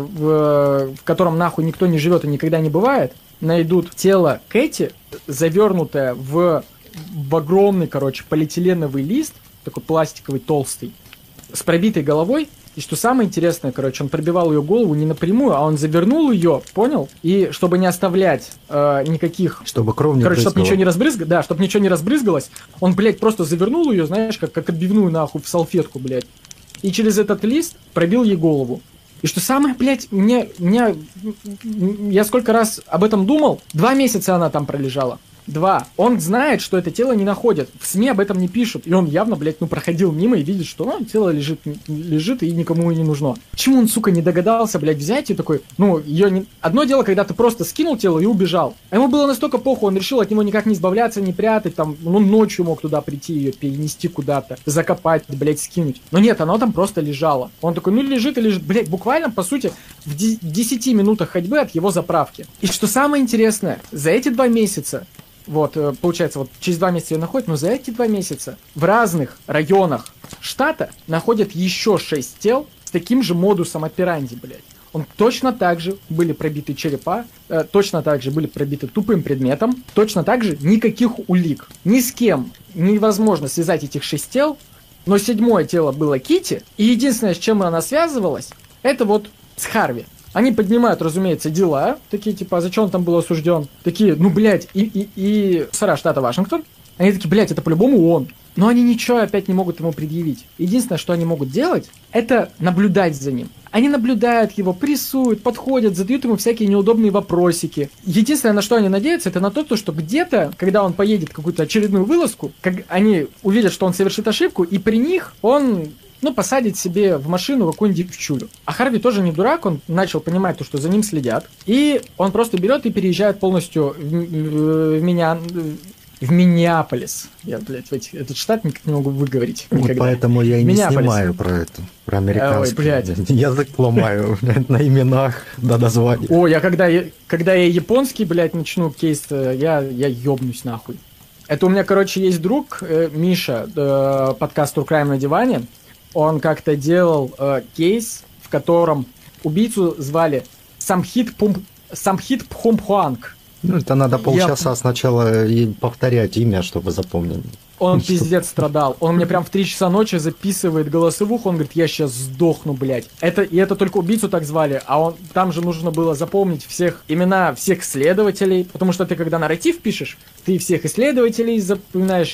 в котором нахуй никто не живет и никогда не бывает, найдут тело Кэти, завернутое в огромный, короче, полиэтиленовый лист, такой пластиковый, толстый, с пробитой головой. И что самое интересное, короче, он пробивал ее голову не напрямую, а он завернул ее, понял? И чтобы не оставлять никаких... Чтобы кровь не брызгала. Чтобы ничего не разбрызгалось. Да, чтобы ничего не разбрызгалось. Он, блядь, просто завернул ее, знаешь, как отбивную, нахуй, в салфетку, блядь. И через этот лист пробил ей голову. И что самое, блядь, я сколько раз об этом думал, 2 месяца она там пролежала. 2. Он знает, что это тело не находят. В СМИ об этом не пишут. И он явно, блядь, проходил мимо и видит, что тело лежит и никому и не нужно. Почему он, сука, не догадался, блядь, взять и такой, ее не... Одно дело, когда ты просто скинул тело и убежал. А ему было настолько похуй, он решил от него никак не избавляться, не прятать, там, ночью мог туда прийти, ее перенести куда-то, закопать, блядь, скинуть. Но нет, оно там просто лежало. Он такой, лежит и лежит, блядь, буквально, по сути, в 10 минутах ходьбы от его заправки. И что самое интересное, за эти 2 месяца вот, получается, вот через 2 месяца ее находят, но за эти 2 месяца в разных районах штата находят еще 6 тел с таким же модусом операнди, блядь. Он точно так же были пробиты черепа, точно так же были пробиты тупым предметом, точно так же никаких улик. Ни с кем невозможно связать этих 6 тел, но 7-е тело было Китти, и единственное, с чем она связывалась, это вот с Харви. Они поднимают, разумеется, дела, такие, типа, а за что он там был осужден? Такие, блядь, и штата Вашингтон, они такие, блядь, это по-любому он. Но они ничего опять не могут ему предъявить. Единственное, что они могут делать, это наблюдать за ним. Они наблюдают его, прессуют, подходят, задают ему всякие неудобные вопросики. Единственное, на что они надеются, это на то, что где-то, когда он поедет в какую-то очередную вылазку, они увидят, что он совершит ошибку, и при них он... посадить себе в машину какую-нибудь девчулю. А Харви тоже не дурак, он начал понимать то, что за ним следят. И он просто берет и переезжает полностью в Миннеаполис. Я, блядь, этот штат никак не могу выговорить. Вот никогда. поэтому я и не снимаю про американский. Ой, блядь. Язык ломаю, блядь, на именах до названия. О, когда я японский, блядь, начну кейс, я ёбнусь нахуй. Это у меня, короче, есть друг, Миша, подкаст True Crime на диване. Он как-то делал кейс, в котором убийцу звали Самхит Пхумпхуанг. Ну, это надо полчаса сначала и повторять имя, чтобы запомнить. Он пиздец страдал. Он мне прям в 3 часа ночи записывает голосовуху. Он говорит, я сейчас сдохну, блядь. Это только убийцу так звали. А там же нужно было запомнить имена всех следователей. Потому что ты, когда нарратив пишешь, ты всех исследователей запоминаешь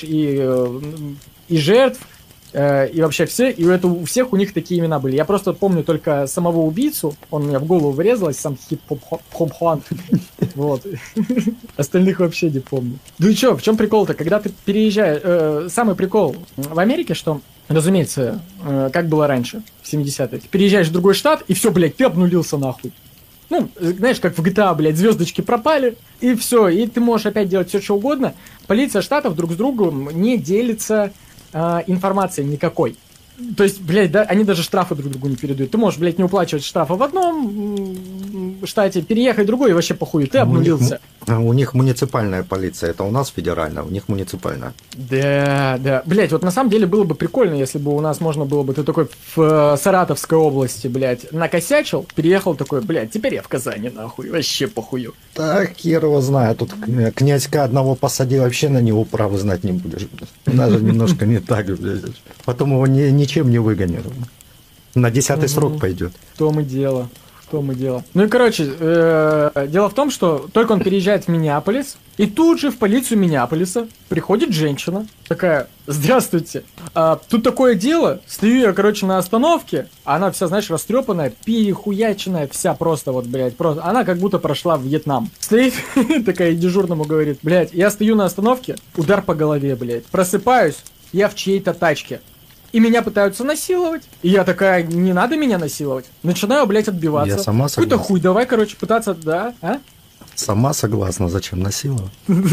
и жертв. И вообще все, и у всех у них такие имена были. Я просто помню только самого убийцу, он у меня в голову врезалось, сам Хит Пхумпхуан. Вот. Остальных вообще не помню. Ну и чё, в чем прикол-то? Когда ты переезжаешь... Самый прикол в Америке, что, разумеется, как было раньше, в 70-е, ты переезжаешь в другой штат, и все, блядь, ты обнулился нахуй. Ну, знаешь, как в GTA, блядь, звездочки пропали, и все, и ты можешь опять делать все, что угодно. Полиция штатов друг с другом не делится информации никакой. То есть, блядь, да, они даже штрафы друг другу не передают. Ты можешь, блядь, не уплачивать штрафы в одном штате, переехать в другой, и вообще похуй, ты обнулился. У них муниципальная полиция, это у нас федеральная, у них муниципальная. Да. Блядь, вот на самом деле было бы прикольно, если бы у нас можно было бы, ты такой в Саратовской области, блядь, накосячил, переехал такой, блядь, теперь я в Казани, нахуй, вообще похую. Так, хер его знает, тут князька одного посади, вообще на него правы знать не будешь. Даже немножко не так, блядь. Потом его ничем не выгонят. На 10-й срок пойдет. В том и дело. Ну и, короче, дело в том, что только он переезжает в Миннеаполис, и тут же в полицию Миннеаполиса приходит женщина, такая, здравствуйте, тут такое дело, стою я, короче, на остановке, она вся, знаешь, растрепанная, перехуяченная, вся просто вот, блядь, просто, она как будто прошла в Вьетнам. Стоит такая дежурному говорит, блядь, я стою на остановке, удар по голове, блядь, просыпаюсь, я в чьей-то тачке. И меня пытаются насиловать. И я такая, не надо меня насиловать. Начинаю, блядь, отбиваться. Я сама согласна. Какой-то хуй, давай, короче, пытаться, да, а? Сама согласна, зачем насиловать?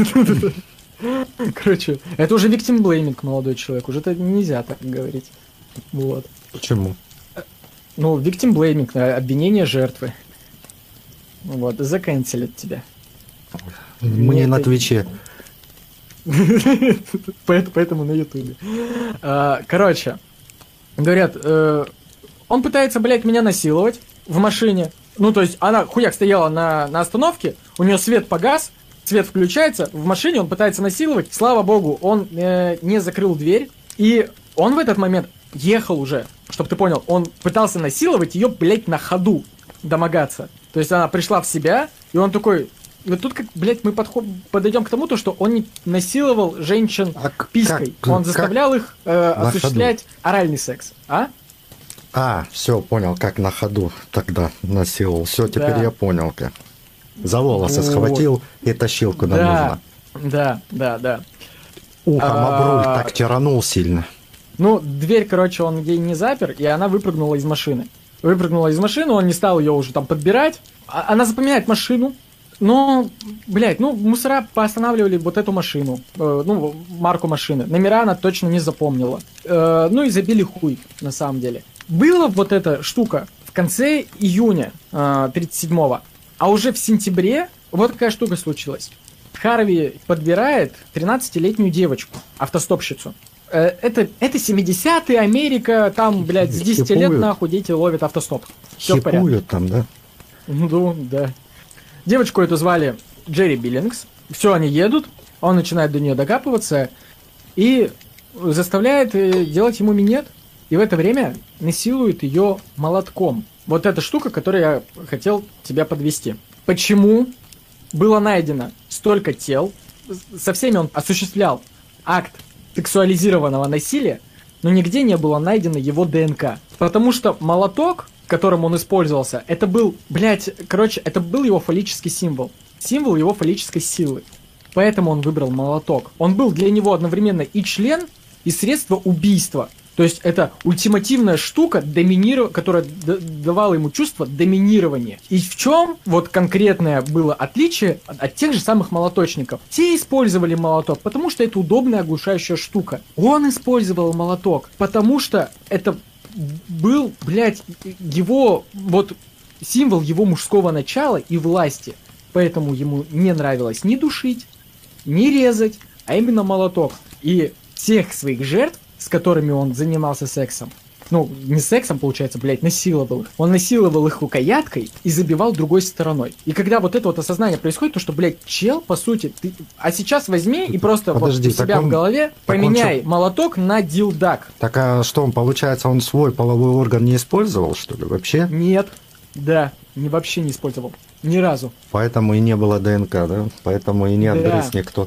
Короче, это уже victim blaming, молодой человек. Уже это нельзя так говорить. Вот. Почему? Ну, victim blaming, обвинение жертвы. Вот, заканцелят тебя. Мы не на Твиче. Поэтому на Ютубе. Короче, говорят, он пытается, блядь, меня насиловать в машине. Ну, то есть, она хуяк стояла на остановке, у нее свет погас, свет включается, в машине он пытается насиловать. Слава богу, он не закрыл дверь, и он в этот момент ехал уже, чтобы ты понял, он пытался насиловать ее, блядь, на ходу, домогаться. То есть, она пришла в себя, и он такой... И вот тут, как, блядь, мы подойдем к тому, то, что он не насиловал женщин писькой. Он заставлял их осуществлять оральный секс. Все, понял, как на ходу тогда насиловал. Все, теперь я понял, как. За волосы схватил и тащил куда нужно. Да. Ухом об руль так тиранул сильно. Ну, дверь, короче, он ей не запер, и она выпрыгнула из машины. Он не стал ее уже там подбирать. Она запоминает машину. Но, блядь, мусора поостанавливали вот эту машину, марку машины. Номера она точно не запомнила. И забили хуй, на самом деле. Была вот эта штука в конце июня 37-го, а уже в сентябре вот какая штука случилась. Харви подбирает 13-летнюю девочку, автостопщицу. Это 70-е, Америка, там, блядь, с 10 лет, нахуй, дети ловят автостоп. Все в порядке. Хипуют там, да? Ну, да. Девочку эту звали Джерри Биллингс. Все, они едут, он начинает до нее докапываться и заставляет делать ему минет. И в это время насилует ее молотком. Вот эта штука, которую я хотел тебя подвести. Почему было найдено столько тел? Со всеми он осуществлял акт сексуализированного насилия, но нигде не было найдено его ДНК. Потому что молоток, которым он использовался, это был, это был его фаллический символ. Символ его фаллической силы. Поэтому он выбрал молоток. Он был для него одновременно и член, и средство убийства. То есть это ультимативная штука, которая давала ему чувство доминирования. И в чем вот конкретное было отличие от тех же самых молоточников? Те использовали молоток, потому что это удобная оглушающая штука. Он использовал молоток, потому что это был, его вот символ его мужского начала и власти. Поэтому ему не нравилось ни душить, ни резать, а именно молоток. И всех своих жертв, с которыми он занимался сексом, не сексом, получается, насиловал их. Он насиловал их рукояткой и забивал другой стороной. И когда вот это вот осознание происходит, то что, чел, по сути, ты... А сейчас возьми и просто у себя в голове поменяй молоток на дилдак. Так а что он, получается, он свой половой орган не использовал, что ли, вообще? Нет, да, вообще не использовал. Ни разу. Поэтому и не было ДНК, да? Поэтому и не отгрыз никто.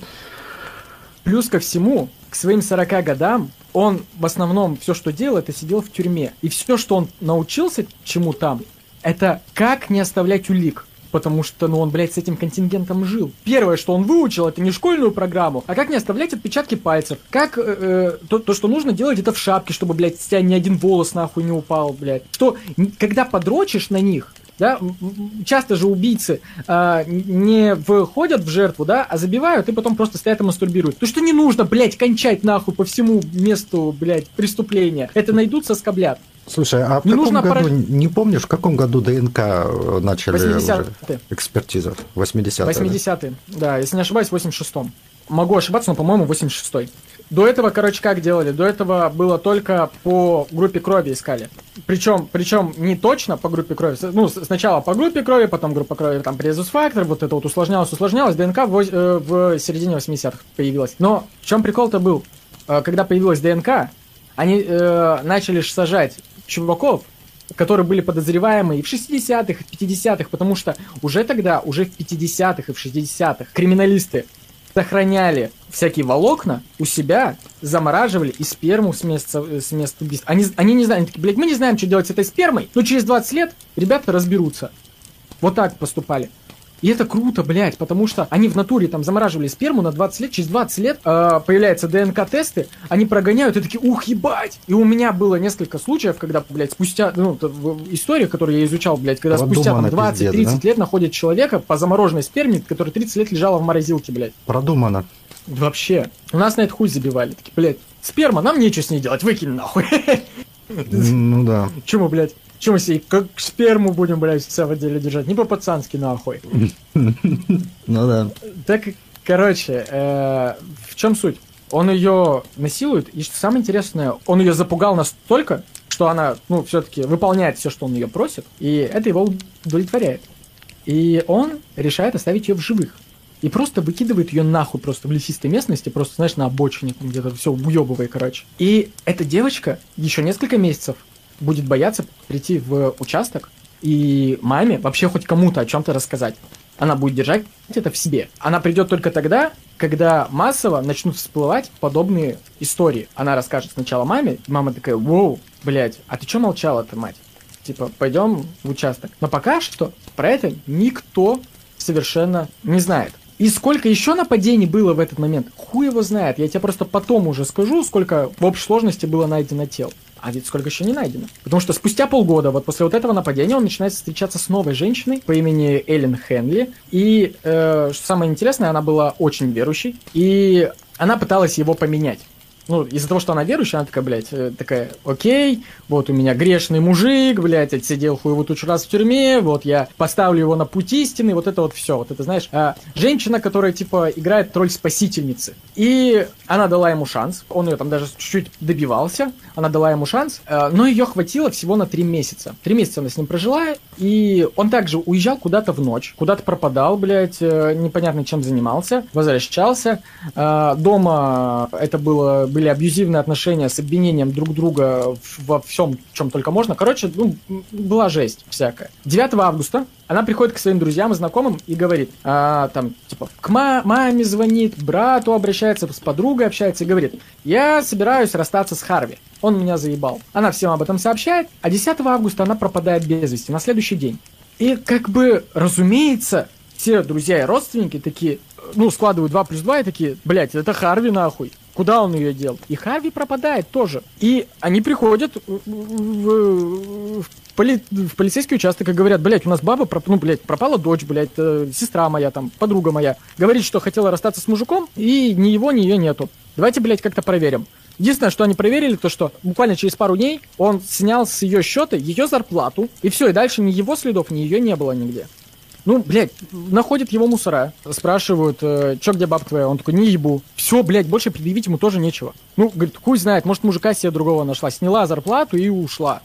Плюс ко всему, к своим 40 годам, он в основном все, что делал, это сидел в тюрьме. И все, что он научился чему там, это как не оставлять улик. Потому что, он, с этим контингентом жил. Первое, что он выучил, это не школьную программу, а как не оставлять отпечатки пальцев. Как то, что нужно делать, это в шапке, чтобы, с тебя ни один волос нахуй не упал, Что, когда подрочишь на них, да, часто же убийцы не входят в жертву, да, а забивают и потом просто стоят и мастурбируют. То, что не нужно, кончать нахуй по всему месту, преступления. Это найдут, соскоблят. Слушай, а в каком году, не помнишь, в каком году ДНК начали 80-е. Экспертиза? 80-е. 80-е, да, если не ошибаюсь, в 86-м. Могу ошибаться, но, по-моему, 86-й. До этого, как делали? До этого было только по группе крови искали. Причем не точно по группе крови. Сначала по группе крови, потом группа крови, там, резус-фактор, вот это вот усложнялось. ДНК в середине 80-х появилась. Но в чем прикол-то был? Когда появилась ДНК, они начали сажать чуваков, которые были подозреваемы и в 60-х, и в 50-х, потому что уже тогда, уже в 50-х и в 60-х криминалисты сохраняли всякие волокна у себя, замораживали и сперму с места убийства. Они не знают, они такие, мы не знаем, что делать с этой спермой, но через 20 лет ребята разберутся. Вот так поступали. И это круто, потому что они в натуре там замораживали сперму на 20 лет, через 20 лет появляются ДНК-тесты, они прогоняют и такие, ебать! И у меня было несколько случаев, когда, спустя, история, которую я изучал, когда спустя 20-30 лет находят человека по замороженной сперме, которая 30 лет лежала в морозилке, Продумано. Вообще. У нас на это хуй забивали. Такие, сперма, нам нечего с ней делать, выкинь нахуй. Ну да. Чему, Чего мы себе как сперму будем, в отделе держать? Не по-пацански, нахуй. Ну да. Так, в чем суть? Он ее насилует, и что самое интересное, он ее запугал настолько, что она, все-таки выполняет все, что он ее просит, и это его удовлетворяет. И он решает оставить ее в живых. И просто выкидывает ее нахуй просто в лесистой местности, просто, на обочине, там где-то все уебывая, И эта девочка еще несколько месяцев будет бояться прийти в участок и маме вообще хоть кому-то о чем-то рассказать. Она будет держать это в себе. Она придет только тогда, когда массово начнут всплывать подобные истории. Она расскажет сначала маме, и мама такая, а ты что молчала-то, мать? Пойдем в участок. Но пока что про это никто совершенно не знает. И сколько еще нападений было в этот момент, хуй его знает. Я тебе просто потом уже скажу, сколько в общей сложности было найдено тел. А ведь сколько еще не найдено. Потому что спустя полгода, после этого нападения, он начинает встречаться с новой женщиной по имени Эллен Хенли. И, что самое интересное, она была очень верующей. И она пыталась его поменять. Из-за того, что она верующая, она такая, окей, вот у меня грешный мужик, отсидел хуеву тучу раз в тюрьме, вот я поставлю его на путь истины, вот это вот все. Вот это, знаешь, женщина, которая, играет роль спасительницы. И она дала ему шанс, он ее там даже чуть-чуть добивался, она дала ему шанс, но ее хватило всего на 3 месяца. 3 месяца она с ним прожила, и он также уезжал куда-то в ночь, куда-то пропадал, непонятно чем занимался, возвращался. Дома это было были абьюзивные отношения с обвинением друг друга во всем, чем только можно. Короче, ну, была жесть всякая. 9 августа она приходит к своим друзьям и знакомым и говорит, там, типа, к маме звонит, брату обращается, с подругой общается и говорит, я собираюсь расстаться с Харви. Он меня заебал. Она всем об этом сообщает, а 10 августа она пропадает без вести на следующий день. И как бы, разумеется, все друзья и родственники такие, ну, складывают 2 плюс 2 и такие, блядь, это Харви нахуй. Куда он ее дел? И Харви пропадает тоже. И они приходят в полицейский участок и говорят, блядь, у нас баба, пропала дочь, блядь, сестра моя, там, подруга моя. Говорит, что хотела расстаться с мужиком, и ни его, ни ее нету. Давайте, блядь, как-то проверим. Единственное, что они проверили, то что буквально через пару дней он снял с ее счета ее зарплату, и все, и дальше ни его следов, ни ее не было нигде. Ну, блядь, находят его мусора, спрашивают, чё, где бабка твоя? Он такой, не ебу. Все, блядь, больше предъявить ему тоже нечего. Ну, говорит, хуй знает, может, мужика себе другого нашла. Сняла зарплату и ушла.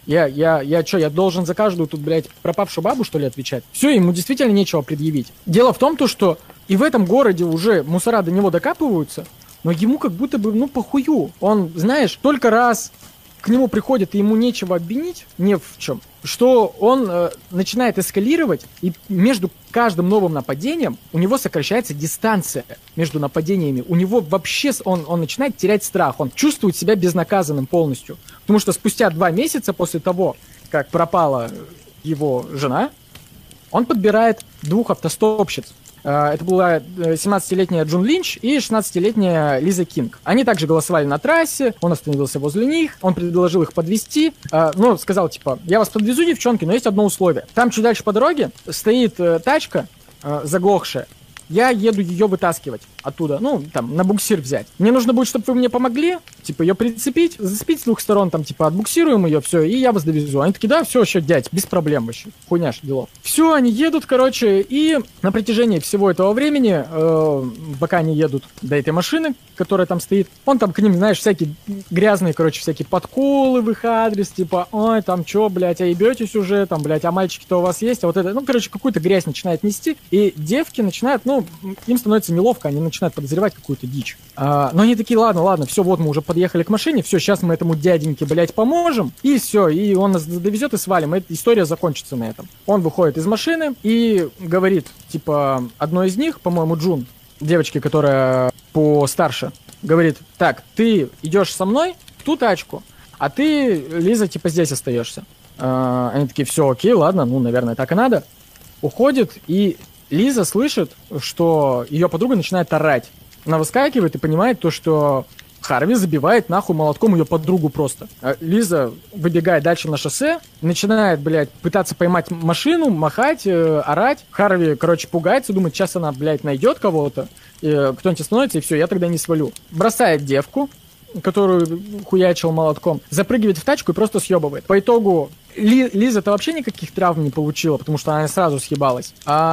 Я должен за каждую тут, блядь, пропавшую бабу, что ли, отвечать? Все, ему действительно нечего предъявить. Дело в том, то, что и в этом городе уже мусора до него докапываются, но ему как будто бы, ну, похую. Он, знаешь, только раз к нему приходит, и ему нечего обвинить, не в чем, что он начинает эскалировать, и между каждым новым нападением у него сокращается дистанция между нападениями. У него вообще, он начинает терять страх, он чувствует себя безнаказанным полностью. Потому что спустя 2 месяца после того, как пропала его жена, он подбирает 2 автостопщиц. Это была 17-летняя Джун Линч и 16-летняя Лиза Кинг. Они также голосовали на трассе, он остановился возле них, он предложил их подвезти, но сказал, типа, я вас подвезу, девчонки, но есть одно условие. Там чуть дальше по дороге стоит тачка заглохшая, я еду ее вытаскивать оттуда, ну, там, на буксир взять. Мне нужно будет, чтобы вы мне помогли, типа, ее прицепить, зацепить с 2 сторон, там, типа, отбуксируем ее, все, и я вас довезу. Они такие, да, все, вообще, дядь, без проблем вообще, хуйня ж делов. Все, они едут, короче, и на протяжении всего этого времени, пока они едут до этой машины, которая там стоит, он там к ним, знаешь, всякие грязные, короче, всякие подколы в их адрес, типа, ой, там, чё, блядь, а ебетесь уже, там, блядь, а мальчики-то у вас есть, а вот это, ну, короче, какую-то грязь начинает нести, и девки начинают, ну, им становится неловко, они начинают подозревать какую-то дичь. Но они такие, ладно, все, вот мы уже подъехали к машине, все, сейчас мы этому дяденьке, блядь, поможем, и все, и он нас довезет и свалим, и история закончится на этом. Он выходит из машины и говорит, типа, одной из них, по-моему, Джун, девочке, которая постарше, говорит, так, ты идешь со мной в ту тачку, а ты, Лиза, типа, здесь остаешься. Они такие, все, окей, ладно, ну, наверное, так и надо. Уходит, и Лиза слышит, что ее подруга начинает орать. Она выскакивает и понимает то, что Харви забивает нахуй молотком ее подругу просто. Лиза выбегает дальше на шоссе, начинает, блядь, пытаться поймать машину, махать, орать. Харви, короче, пугается, думает, сейчас она, блядь, найдет кого-то, кто-нибудь остановится, и все, я тогда не свалю. Бросает девку, которую хуячил молотком, запрыгивает в тачку и просто съебывает. По итогу Лиза-то вообще никаких травм не получила, потому что она сразу съебалась.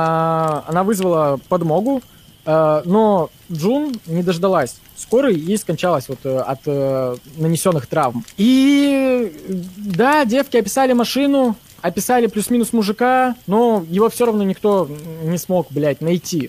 Она вызвала подмогу, но Джун не дождалась скорой и скончалась вот от нанесенных травм. И да, девки описали машину, описали плюс-минус мужика, но его все равно никто не смог, блядь, найти.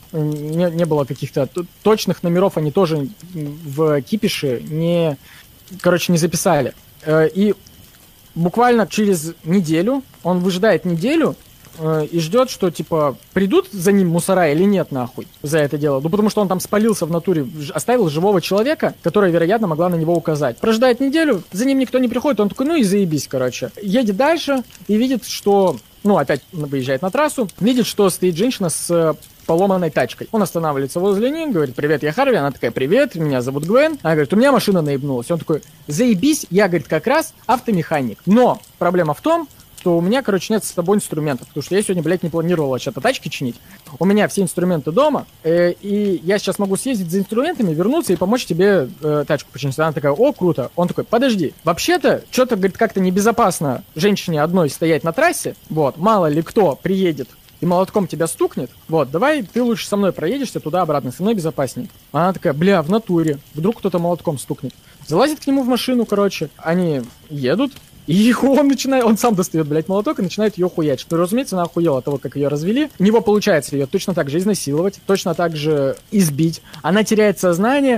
Не было каких-то точных номеров, они тоже в кипише не записали. И буквально через неделю, он выжидает неделю и ждет, что, типа, придут за ним мусора или нет, нахуй, за это дело. Ну, потому что он там спалился в натуре, оставил живого человека, который, вероятно, могла на него указать. Прожидает неделю, за ним никто не приходит, он такой, ну и заебись, короче. Едет дальше и видит, что, ну, опять выезжает на трассу, видит, что стоит женщина с поломанной тачкой. Он останавливается возле них, говорит, привет, я Харви. Она такая, привет, меня зовут Гвен. Она говорит, у меня машина наебнулась. Он такой, заебись, я, говорит, как раз автомеханик. Но проблема в том, что у меня, короче, нет с собой инструментов, потому что я сегодня, блядь, не планировал вообще-то тачки чинить. У меня все инструменты дома, и я сейчас могу съездить за инструментами, вернуться и помочь тебе тачку починить. Она такая, о, круто. Он такой, подожди, вообще-то, что-то, говорит, как-то небезопасно женщине одной стоять на трассе, вот, мало ли кто приедет и молотком тебя стукнет, вот, давай ты лучше со мной проедешься туда-обратно, со мной безопаснее. Она такая, бля, в натуре, вдруг кто-то молотком стукнет. Залазит к нему в машину, короче, они едут, и он сам достает, блядь, молоток и начинает ее хуячить. Ну, разумеется, она охуела от того, как ее развели. У него получается ее точно так же изнасиловать, точно так же избить. Она теряет сознание,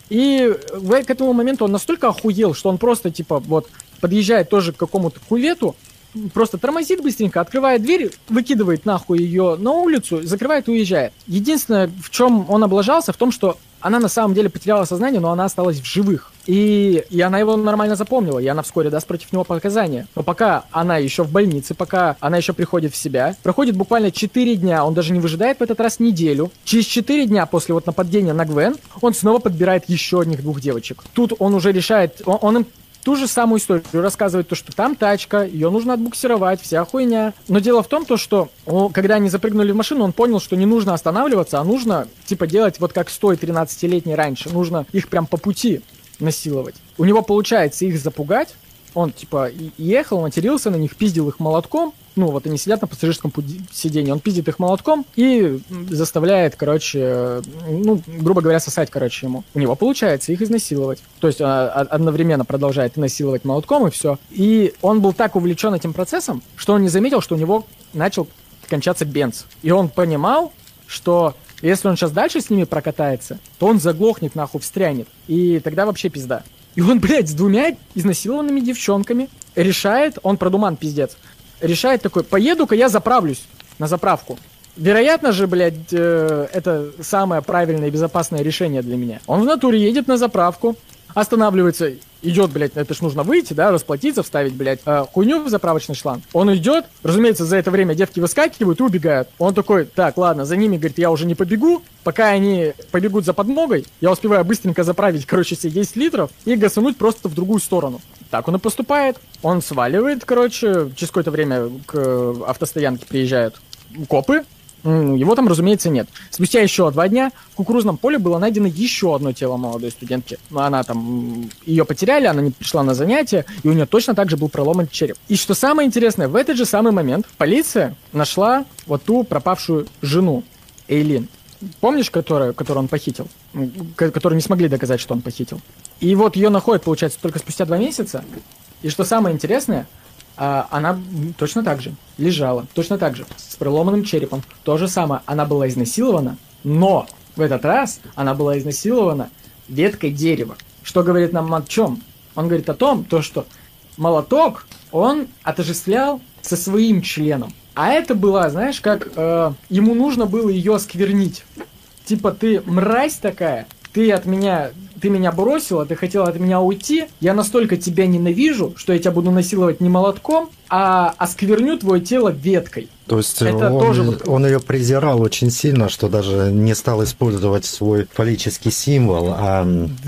И к этому моменту он настолько охуел, что он просто, типа, вот, подъезжает тоже к какому-то кувету, просто тормозит быстренько, открывает дверь, выкидывает нахуй ее на улицу, закрывает и уезжает. Единственное, в чем он облажался, в том, что она на самом деле потеряла сознание, но она осталась в живых. И она его нормально запомнила, и она вскоре даст против него показания. Но пока она еще в больнице, пока она еще приходит в себя, проходит буквально 4 дня, он даже не выжидает в этот раз неделю. Через 4 дня после вот нападения на Гвен, он снова подбирает еще одних 2 девочек. Тут он уже решает, он им ту же самую историю рассказывает, то, что там тачка, ее нужно отбуксировать, вся хуйня. Но дело в том, то, что когда они запрыгнули в машину, он понял, что не нужно останавливаться, а нужно, типа, делать вот как с той 13-летней раньше. Нужно их прям по пути насиловать. У него получается их запугать. Он, типа, ехал, матерился на них, пиздил их молотком. Ну, вот они сидят на пассажирском сиденье, он пиздит их молотком и заставляет, короче, ну, грубо говоря, сосать, короче, ему. У него получается их изнасиловать. То есть он одновременно продолжает насиловать молотком и все. И он был так увлечен этим процессом, что он не заметил, что у него начал кончаться бенз. И он понимал, что если он сейчас дальше с ними прокатается, то он заглохнет, нахуй, встрянет. И тогда вообще пизда. И он, блядь, с 2 изнасилованными девчонками решает, он продуман, пиздец, решает такой, поеду-ка я заправлюсь на заправку. Вероятно же, блядь, это самое правильное и безопасное решение для меня. Он в натуре едет на заправку, останавливается, идет, блядь, это ж нужно выйти, да, расплатиться, вставить, блядь, хуйню в заправочный шланг. Он идет, разумеется, за это время девки выскакивают и убегают. Он такой, так, ладно, за ними, говорит, я уже не побегу. Пока они побегут за подмогой, я успеваю быстренько заправить, короче, все 10 литров и гасануть просто в другую сторону. Так он и поступает. Он сваливает, короче, через какое-то время к автостоянке приезжают копы. Его там, разумеется, нет. Спустя еще 2 дня в кукурузном поле было найдено еще одно тело молодой студентки. Она там, ее потеряли, она не пришла на занятия, и у нее точно так же был проломан череп. И что самое интересное, в этот же самый момент полиция нашла вот ту пропавшую жену, Эйлин. Помнишь, которую он похитил? Которую не смогли доказать, что он похитил. И вот ее находят, получается, только спустя 2 месяца. И что самое интересное, она точно так же лежала, точно так же, с проломанным черепом. То же самое, она была изнасилована, но в этот раз она была изнасилована веткой дерева. Что говорит нам о чем? Он говорит о том, то, что молоток он отождествлял со своим членом. А это было, знаешь, как ему нужно было ее осквернить. Типа, ты мразь такая, ты меня бросила, ты хотела от меня уйти, я настолько тебя ненавижу, что я тебя буду насиловать не молотком, а оскверню твое тело веткой. То есть он ее презирал очень сильно, что даже не стал использовать свой фаллический символ, а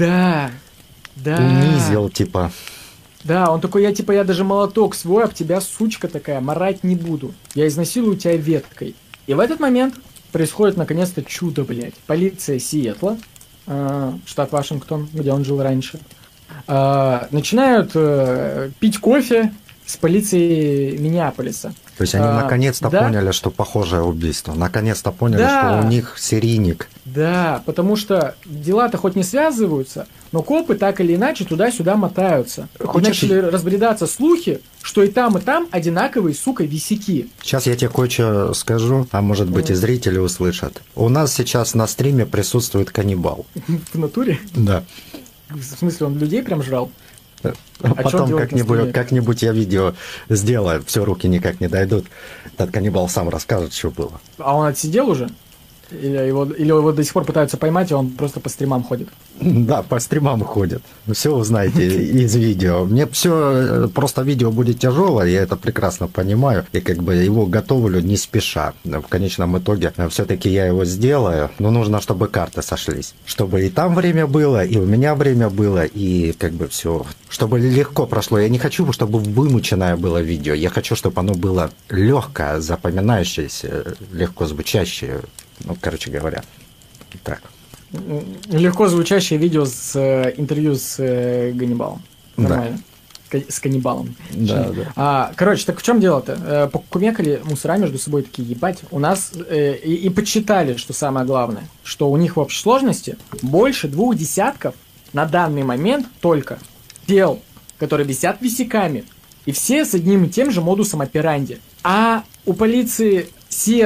унизил, типа. Да, он такой, я даже молоток свой об тебя, сучка такая, марать не буду. Я изнасилую тебя веткой. И в этот момент происходит наконец-то чудо, блядь. Полиция Сиэтла, штат Вашингтон, где он жил раньше, начинают пить кофе с полицией Миннеаполиса. То есть они наконец-то поняли, что похожее убийство. Наконец-то поняли, что у них серийник. Да, потому что дела-то хоть не связываются, но копы так или иначе туда-сюда мотаются. И начали разбредаться слухи, что и там одинаковые, сука, висяки. Сейчас я тебе кое-что скажу, а может быть и зрители услышат. У нас сейчас на стриме присутствует каннибал. В натуре? Да. В смысле, он людей прям жрал? Потом как-нибудь я видео сделаю, все, руки никак не дойдут. Этот каннибал сам расскажет, что было. А он отсидел уже? Или его до сих пор пытаются поймать, и он просто по стримам ходит? Да, по стримам ходит. Все узнаете из видео. Мне все просто видео будет тяжелое, я это прекрасно понимаю. И как бы его готовлю не спеша. В конечном итоге все-таки я его сделаю, но нужно, чтобы карты сошлись. Чтобы и там время было, и у меня время было, и как бы все, чтобы легко прошло. Я не хочу, чтобы вымученное было видео. Я хочу, чтобы оно было легкое, запоминающееся, легко звучащее. Ну, короче говоря, так. Легко звучащее видео с интервью с Ганнибалом. Нормально. Да. С каннибалом. Да. Короче, так в чем дело-то? Покумекали мусора между собой такие, ебать. У нас и подсчитали, что самое главное, что у них в общей сложности больше 2 десятков на данный момент только тел, которые висят висяками. И все с одним и тем же модусом операнди. А у полиции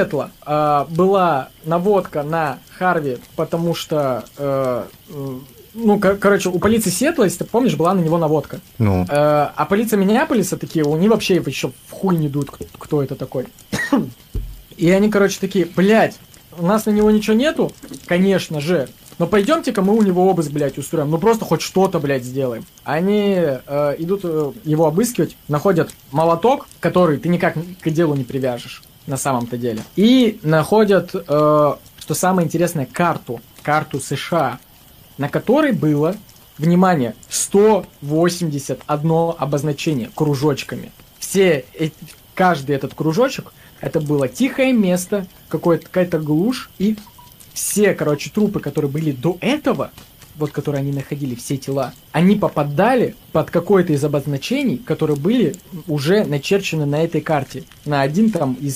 Сиэтла была наводка на Харви, потому что Ну, короче, у полиции Сиэтла, если ты помнишь, была на него наводка. Ну, А полиция Миннеаполиса такие, у них вообще еще в хуй не дуют, кто это такой. И они, короче, такие, блядь, у нас на него ничего нету, конечно же, но пойдемте-ка мы у него обыск, блядь, устроим. Ну просто хоть что-то, блядь, сделаем. Они идут его обыскивать, находят молоток, который ты никак к делу не привяжешь на самом-то деле. И находят, что самое интересное, карту США, на которой было, внимание, 181 обозначение кружочками. Каждый этот кружочек, это было тихое место, какая-то глушь, и все, короче, трупы, которые были до этого, вот которые они находили, все тела, они попадали под какое-то из обозначений, которые были уже начерчены на этой карте, на один там из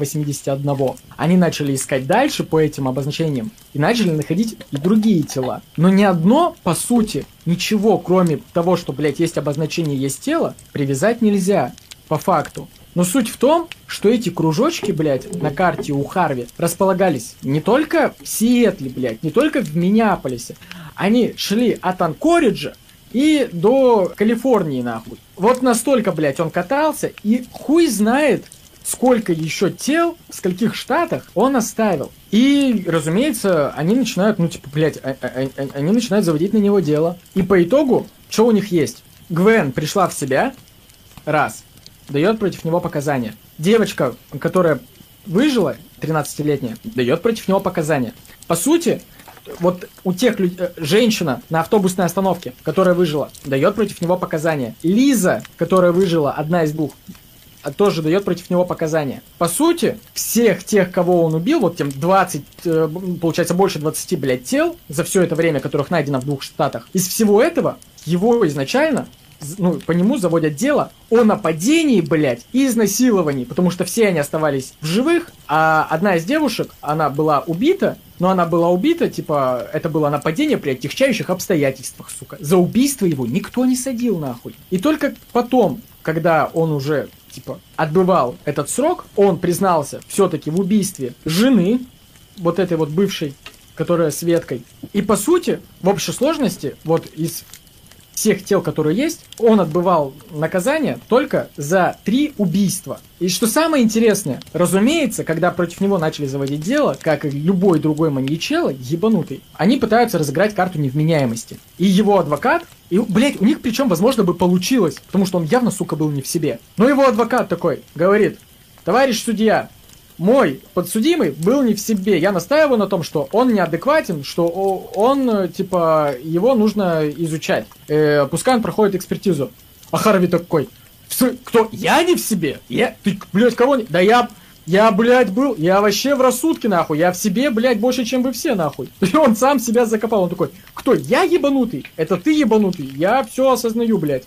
181. Они начали искать дальше по этим обозначениям и начали находить и другие тела. Но ни одно, по сути, ничего, кроме того, что, блядь, есть обозначение, есть тело, привязать нельзя, по факту. Но суть в том, что эти кружочки, блядь, на карте у Харви располагались не только в Сиэтле, блядь, не только в Миннеаполисе. Они шли от Анкориджа и до Калифорнии, нахуй. Вот настолько, блядь, он катался, и хуй знает, сколько еще тел, в скольких штатах он оставил. И, разумеется, они начинают, ну, типа, блядь, они начинают заводить на него дело. И по итогу, что у них есть? Гвен пришла в себя, раз, дает против него показания. Девочка, которая выжила, 13-летняя, дает против него показания. По сути, вот у тех женщина на автобусной остановке, которая выжила, дает против него показания. Лиза, которая выжила, одна из двух, тоже дает против него показания. По сути, всех тех, кого он убил, вот тем 20, получается больше 20, блядь, тел за все это время, которых найдено в 2 штатах, из всего этого его изначально, ну, по нему заводят дело о нападении, блядь, и изнасиловании, потому что все они оставались в живых, а одна из девушек, она была убита, но она была убита, типа, это было нападение при отягчающих обстоятельствах, сука. За убийство его никто не садил, нахуй. И только потом, когда он уже, типа, отбывал этот срок, он признался все-таки в убийстве жены, вот этой вот бывшей, которая с Веткой. И, по сути, в общей сложности, вот из всех тел, которые есть, он отбывал наказание только за 3 убийства. И что самое интересное, разумеется, когда против него начали заводить дело, как и любой другой маньячелло, ебанутый, они пытаются разыграть карту невменяемости. И его адвокат, и, блядь, у них причем, возможно, бы получилось, потому что он явно, сука, был не в себе. Но его адвокат такой говорит: товарищ судья, мой подсудимый был не в себе. Я настаиваю на том, что он неадекватен, что он, типа, его нужно изучать. Пускай он проходит экспертизу. А Харви такой: кто? Я не в себе? Ты, блядь, кого не... Да я, блядь, был... Я вообще в рассудке, нахуй. Я в себе, блядь, больше, чем вы все, нахуй. И он сам себя закопал. Он такой: кто? Я ебанутый? Это ты ебанутый? Я все осознаю, блядь.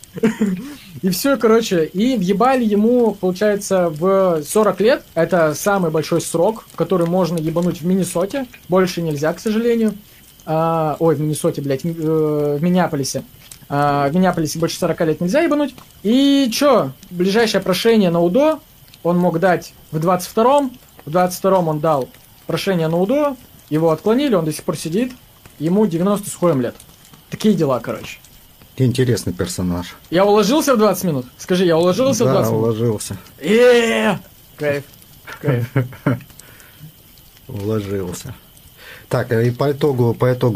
И все, короче. И въебали ему, получается, в 40 лет. Это самый большой срок, который можно ебануть в Миннесоте. Больше нельзя, к сожалению. В Миннесоте, блядь, в Миннеаполисе. В Миннеаполисе больше 40 лет нельзя ебануть. И чё? Ближайшее прошение на УДО он мог дать в 22-м. В 22-м он дал прошение на УДО. Его отклонили, он до сих пор сидит. Ему 90 с хуем лет. Такие дела, короче. интересный персонаж. Я уложился в 20 минут? Скажи, я уложился в 20 минут? Да, уложился. Кайф. Уложился. Так, и по итогу,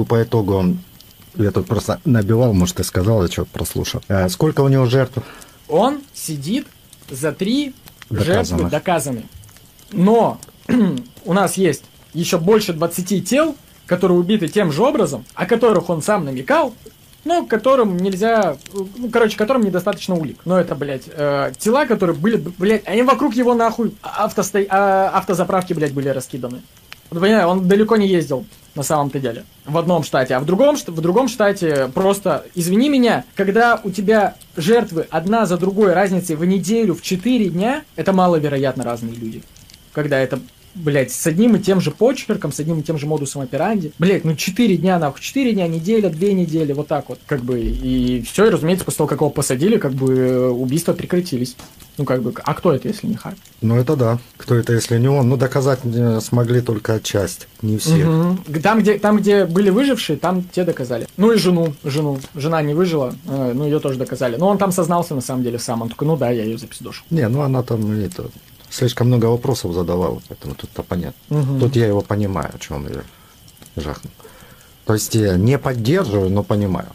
я тут просто набивал, может, ты сказал, я что-то прослушал. Сколько у него жертв? Он сидит за 3 жертвы доказаны. Но у нас есть еще больше 20 тел, которые убиты тем же образом, о которых он сам намекал, но которым нельзя... которым недостаточно улик. Но это, блядь, тела, которые были, блядь, они вокруг его нахуй автозаправки, блядь, были раскиданы. Вот, понимаешь, он далеко не ездил, на самом-то деле, в одном штате. А в другом штате просто, извини меня, когда у тебя жертвы одна за другой разницей в неделю, в 4 дня, это маловероятно разные люди. Когда это, блядь, с одним и тем же почерком, с одним и тем же модусом операнди. Блядь, 4 дня, нахуй, 4 дня, неделя, 2 недели, вот так вот. Как бы, и все, и, разумеется, после того, как его посадили, как бы убийства прекратились. Ну, как бы, а кто это, если не Харви? Ну, это да. Кто это, если не он? Ну, доказать смогли только часть, не все. Угу. Там, где были выжившие, там те доказали. Ну и жену. Жена не выжила, ну ее тоже доказали. Но он там сознался на самом деле сам. Он такой, ну да, я ее запиздошил. Не, ну она там это, слишком много вопросов задавала, поэтому тут-то понятно. Угу. Тут я его понимаю, что он ее жахнул. То есть я не поддерживаю, но понимаю.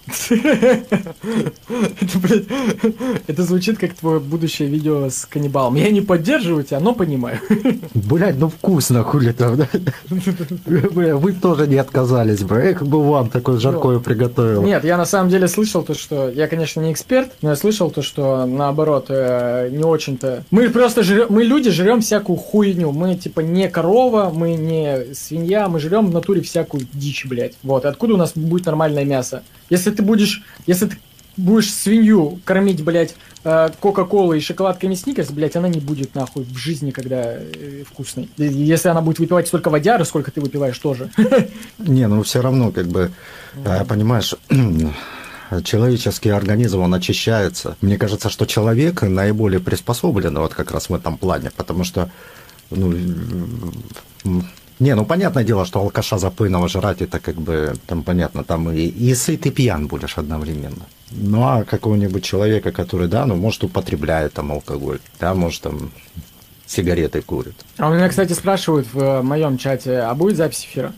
Это звучит как твое будущее видео с каннибалом. Я не поддерживаю тебя, но понимаю. Блядь, ну вкусно, хули там, да? Вы тоже не отказались бы. Эх, бы вам такое жаркое приготовил. Нет, я на самом деле слышал то, что... Я, конечно, не эксперт, но я слышал то, что, наоборот, не очень-то... Мы просто жрем... Мы люди жрем всякую хуйню. Мы, типа, не корова, мы не свинья, мы жрем в натуре всякую дичь, блядь. Вот. И откуда у нас будет нормальное мясо? Если ты будешь свинью кормить, блядь, кока-колой и шоколадками Сникерс, блядь, она не будет, нахуй, в жизни, когда вкусной. Если она будет выпивать столько водяры, сколько ты выпиваешь, тоже. Не, ну все равно, как бы, понимаешь... Человеческий организм, он очищается. Мне кажется, что человек наиболее приспособлен вот как раз в этом плане, потому что, ну, понятное дело, что алкаша запойного жрать, это как бы, там, понятно, там и сыт, и пьян будешь одновременно. Ну, а какого-нибудь человека, который, да, ну, может, употребляет там алкоголь, да, может, там, сигареты курит. А у меня, кстати, спрашивают в моем чате, а будет запись эфира?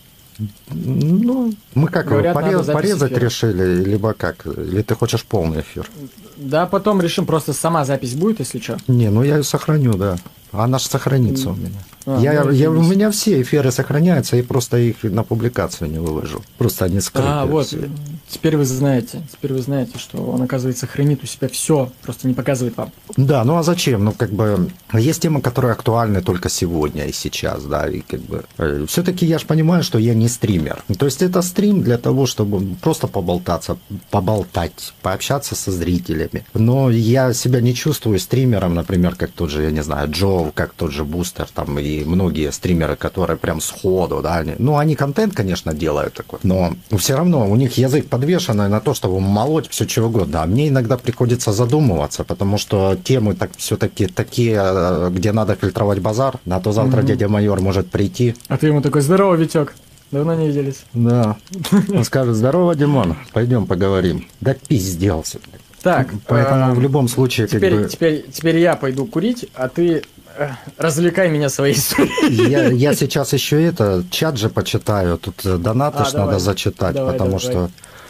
Ну, мы как, говорят, порезать решили, либо как? Или ты хочешь полный эфир? Да, потом решим, просто сама запись будет, если что. Не, ну я ее сохраню, да. Она же сохранится у меня. У меня все эфиры сохраняются, и просто их на публикацию не вывожу. Просто они скрыты. А, вот, все. теперь вы знаете, что он, оказывается, хранит у себя все, просто не показывает вам. Да, ну а зачем? Ну, как бы, есть темы, которые актуальны только сегодня и сейчас, да, и как бы, все-таки я же понимаю, что я не стример. То есть это стрим для того, чтобы просто поболтать, пообщаться со зрителями. Но я себя не чувствую стримером, например, как тот же, я не знаю, Джо, как тот же Бустер, там, и многие стримеры, которые прям сходу, да, они контент, конечно, делают такой, но все равно у них язык подвешенный на то, чтобы молоть все чего угодно. А мне иногда приходится задумываться, потому что темы так все-таки такие, где надо фильтровать базар, а то завтра дядя майор может прийти. А ты ему такой: здорово, Витек. Давно не виделись. Да. Он скажет: здорово, Димон, пойдем поговорим. Да пизделся. Так, поэтому в любом случае теперь я пойду курить, а ты развлекай меня своей историей. Я сейчас еще чат же почитаю, тут донаты надо зачитать, потому что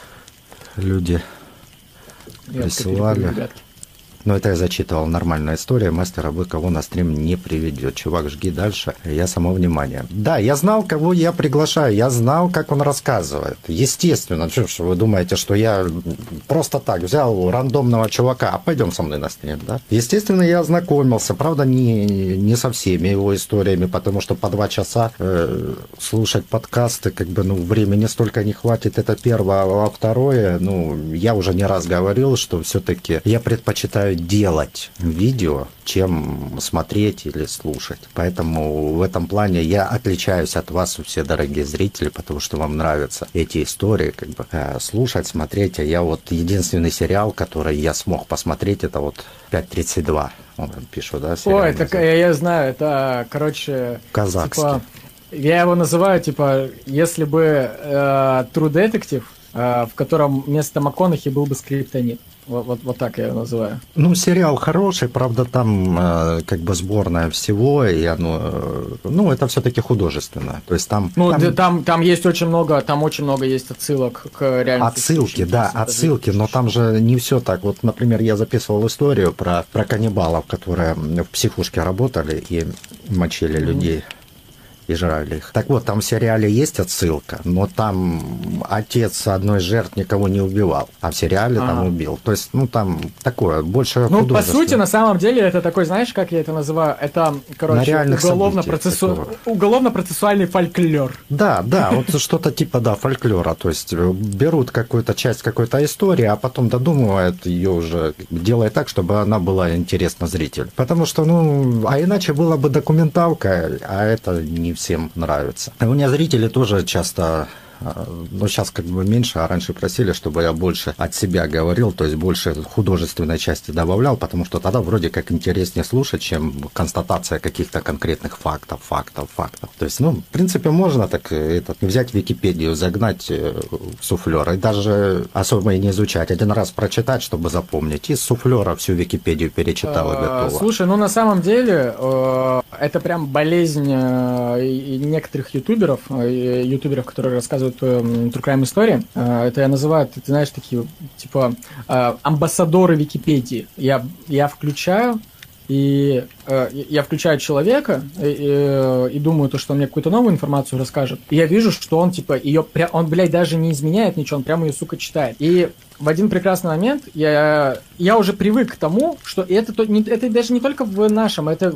люди присылали. Но это я зачитывал, нормальная история, мастера вы кого на стрим не приведет. Чувак, жги дальше, я само внимание. Да, я знал, кого я приглашаю, я знал, как он рассказывает. Естественно, что вы думаете, что я просто так взял рандомного чувака, а пойдем со мной на стрим, да? Естественно, я ознакомился, правда, не со всеми его историями, потому что по 2 часа слушать подкасты, как бы, времени столько не хватит, это первое, а второе, я уже не раз говорил, что все-таки я предпочитаю делать видео, чем смотреть или слушать. Поэтому в этом плане я отличаюсь от вас, все дорогие зрители, потому что вам нравятся эти истории, как бы слушать, смотреть. А я вот единственный сериал, который я смог посмотреть, это вот 5.32. Он пишет, да? Ой, так я знаю, это, короче... Казахский. Типа, я его называю, если бы True Detective, в котором вместо МакКонахи был бы Скриптонит. Вот так я его называю. Сериал хороший, правда, там как бы сборная всего, и оно, это все-таки художественно. То есть там... там есть очень много есть отсылок к реальным... Отсылки, но там же не все так. Вот, например, я записывал историю про каннибалов, которые в психушке работали и мочили людей. И жрали их. Так вот, там в сериале есть отсылка, но там отец одной жертв никого не убивал, а в сериале там убил. То есть, там такое, больше художественное. По сути, на самом деле, это такой, знаешь, как я это называю? Это, уголовно-процессуальный фольклор. Да, вот что-то типа, фольклора. То есть, берут какую-то часть какой-то истории, а потом додумывают ее уже, делая так, чтобы она была интересна зрителю. Потому что, а иначе была бы документалка, а это не всем нравится. У меня зрители тоже часто Но сейчас как бы меньше, а раньше просили, чтобы я больше от себя говорил, то есть больше художественной части добавлял, потому что тогда вроде как интереснее слушать, чем констатация каких-то конкретных фактов. То есть, ну, в принципе, можно так взять Википедию, загнать в суфлер и даже особо и не изучать. Один раз прочитать, чтобы запомнить. Из суфлера всю Википедию перечитал и готово. Слушай, ну на самом деле это прям болезнь некоторых ютуберов, которые рассказывают true crime истории. Это я называю, ты знаешь, такие типа амбассадоры Википедии. Я включаю человека и думаю, то, что он мне какую-то новую информацию расскажет. И я вижу, что он, типа, он, блядь, даже не изменяет ничего, он прямо ее, сука, читает. И в один прекрасный момент я уже привык к тому, что это даже не только в нашем, это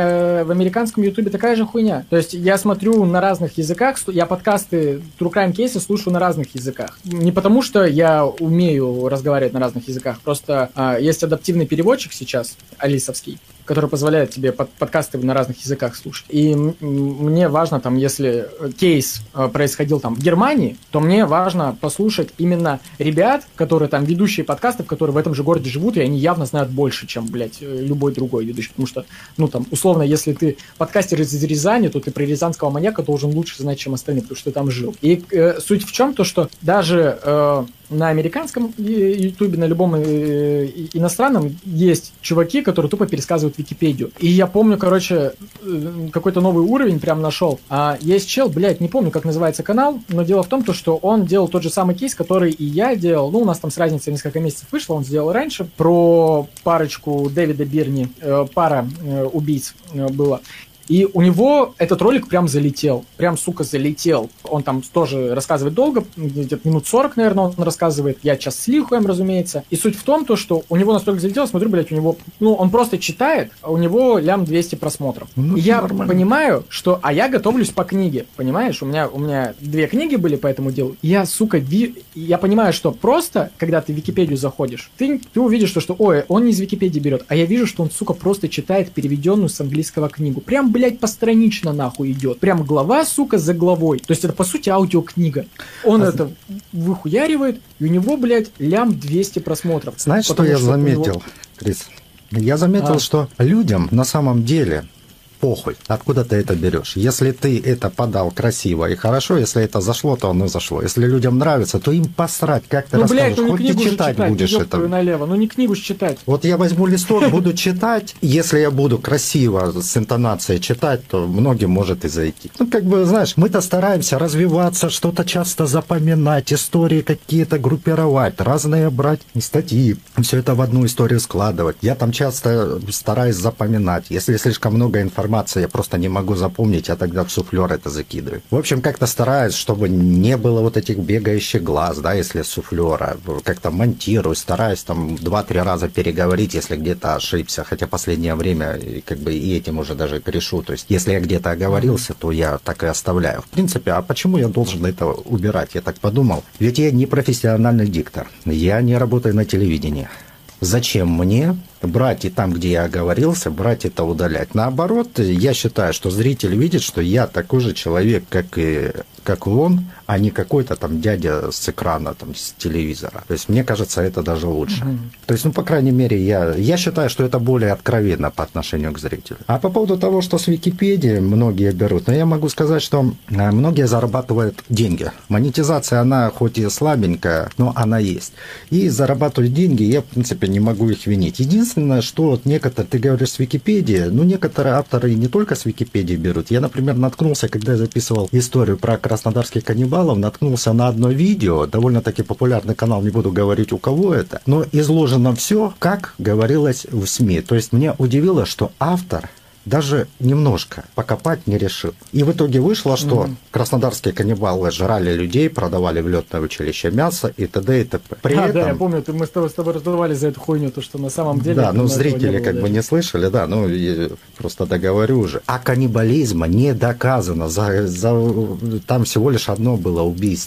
в американском ютубе такая же хуйня. То есть я смотрю на разных языках, я подкасты True Crime кейсы слушаю на разных языках. Не потому, что я умею разговаривать на разных языках, просто есть адаптивный переводчик сейчас, алисовский, который позволяет тебе подкасты на разных языках слушать. И мне важно, там, если кейс происходил там в Германии, то мне важно послушать именно ребят, которые там ведущие подкастов, которые в этом же городе живут, и они явно знают больше, чем, блядь, любой другой ведущий. Потому что, ну, там, условно, если ты подкастер из Рязани, то ты про рязанского маньяка должен лучше знать, чем остальные, потому что ты там жил. И суть в чем? То, что даже на американском ютубе, на любом иностранном есть чуваки, которые тупо пересказывают Википедию. И я помню, короче, какой-то новый уровень прям нашел. Есть чел, блядь, не помню, как называется канал, но дело в том, что он делал тот же самый кейс, который и я делал. Ну, у нас там с разницей несколько месяцев вышло, он сделал раньше. Про парочку Дэвида Бирни, пара убийц было. И у него этот ролик прям залетел. Прям, сука, залетел. Он там тоже рассказывает долго, где-то минут 40, наверное, он рассказывает. Я час с лихуем, разумеется. И суть в том, что у него настолько залетело, смотрю, блядь, у него... Ну, он просто читает, а у него лям 200 просмотров. Ну, и я понимаю, что... А я готовлюсь по книге, понимаешь? У меня 2 книги были по этому делу. Я, сука, я понимаю, что просто, когда ты в Википедию заходишь, ты увидишь, что, ой, он не из Википедии берет. А я вижу, что он, сука, просто читает переведенную с английского книгу. Прям, блядь, постранично нахуй идет. Прям глава, сука, за главой. То есть это, по сути, аудиокнига. Он это выхуяривает, и у него, блядь, лям 200 просмотров. Знаешь, что я заметил, Крис? Я заметил, что людям на самом деле похуй, откуда ты это берешь. Если ты это подал красиво и хорошо, если это зашло, то оно зашло. Если людям нравится, то им посрать, как ты расскажешь. Блядь, хоть ты читать будешь это. Налево. Ну не книгу ж читать. Вот я возьму листок, буду читать. Если я буду красиво с интонацией читать, то многим может и зайти. Ну, как бы, знаешь, мы-то стараемся развиваться, что-то часто запоминать, истории какие-то группировать, разные брать статьи, все это в одну историю складывать. Я там часто стараюсь запоминать. Если слишком много информации, я просто не могу запомнить, я тогда в суфлер это закидываю. В общем, как-то стараюсь, чтобы не было вот этих бегающих глаз, да, если суфлера. Как-то монтирую, стараюсь там 2-3 раза переговорить, если где-то ошибся. Хотя последнее время как бы и этим уже даже грешу. То есть, если я где-то оговорился, то я так и оставляю. В принципе, а почему я должен это убирать? Я так подумал. Ведь я не профессиональный диктор. Я не работаю на телевидении. Зачем мне брать и там, где я оговорился, брать это удалять? Наоборот, я считаю, что зритель видит, что я такой же человек, как и он, а не какой-то там дядя с экрана, там, с телевизора. То есть, мне кажется, это даже лучше. То есть, ну, по крайней мере, я считаю, что это более откровенно по отношению к зрителю. А по поводу того, что с Википедии многие берут, я могу сказать, что многие зарабатывают деньги. Монетизация, она хоть и слабенькая, но она есть. И зарабатывать деньги, я, в принципе, не могу их винить. Единственное, что вот некоторые, ты говоришь, с Википедии, ну, некоторые авторы не только с Википедии берут. Я, например, наткнулся, когда я записывал историю про краснодарских каннибалов, наткнулся на одно видео, довольно-таки популярный канал, не буду говорить, у кого это, но изложено все, как говорилось в СМИ. То есть меня удивило, что автор даже немножко покопать не решил. И в итоге вышло, что краснодарские каннибалы жрали людей, продавали в летное училище мясо и т.д. и т.п. При этом... да, я помню, мы с тобой раздавали за эту хуйню, то, что на самом деле... Да, ну зрители как бы не слышали, да, ну просто договорю уже. А каннибализма не доказано, там всего лишь одно было убийство.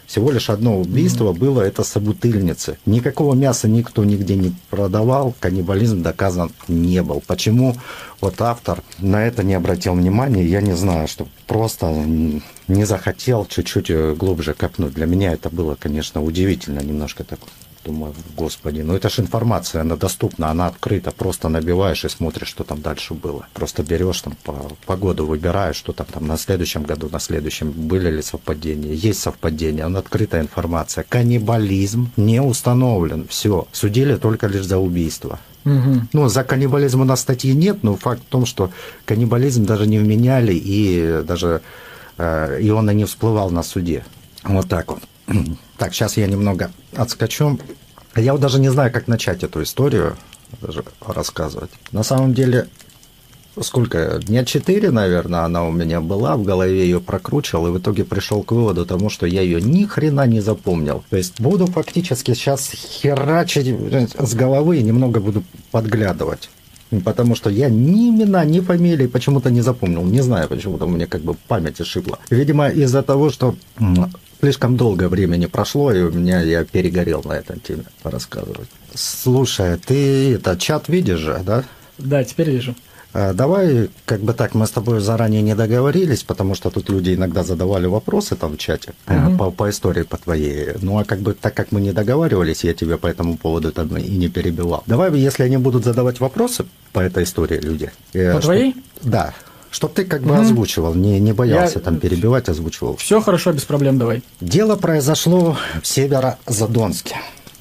Всего лишь одно убийство было, это собутыльницы. Никакого мяса никто нигде не продавал, каннибализм доказан не был. Почему вот автор на это не обратил внимания, я не знаю, что просто не захотел чуть-чуть глубже копнуть. Для меня это было, конечно, удивительно немножко так. Думаю, господи, ну это же информация, она доступна, она открыта, просто набиваешь и смотришь, что там дальше было. Просто берешь там по году, выбираешь, что там на следующем году, на следующем, были ли совпадения, есть совпадения, она открытая информация. Каннибализм не установлен, все, судили только лишь за убийство. Ну, за каннибализм у нас статьи нет, но факт в том, что каннибализм даже не вменяли, и даже и он и не всплывал на суде. Вот так вот. Так, сейчас я немного отскочу. Я вот даже не знаю, как начать эту историю даже рассказывать. На самом деле, сколько? Дня 4, наверное, она у меня была, в голове ее прокручивал, и в итоге пришел к выводу тому, что я ее ни хрена не запомнил. То есть буду фактически сейчас херачить с головы и немного буду подглядывать. Потому что я ни имена, ни фамилии почему-то не запомнил. Не знаю, почему-то у меня как бы память ошибла. Видимо, из-за того, что слишком долгое времени прошло, и у меня я перегорел на этой теме рассказывать. Слушай, ты чат видишь же, да? Да, теперь вижу. Давай, как бы так, мы с тобой заранее не договорились, потому что тут люди иногда задавали вопросы там в чате по истории по твоей. Ну, а как бы так как мы не договаривались, я тебя по этому поводу там и не перебивал. Давай, если они будут задавать вопросы по этой истории, люди. По твоей? Да. Чтоб ты как бы озвучивал, не боялся там перебивать, озвучивал. Все хорошо, без проблем, давай. Дело произошло в Северозадонске.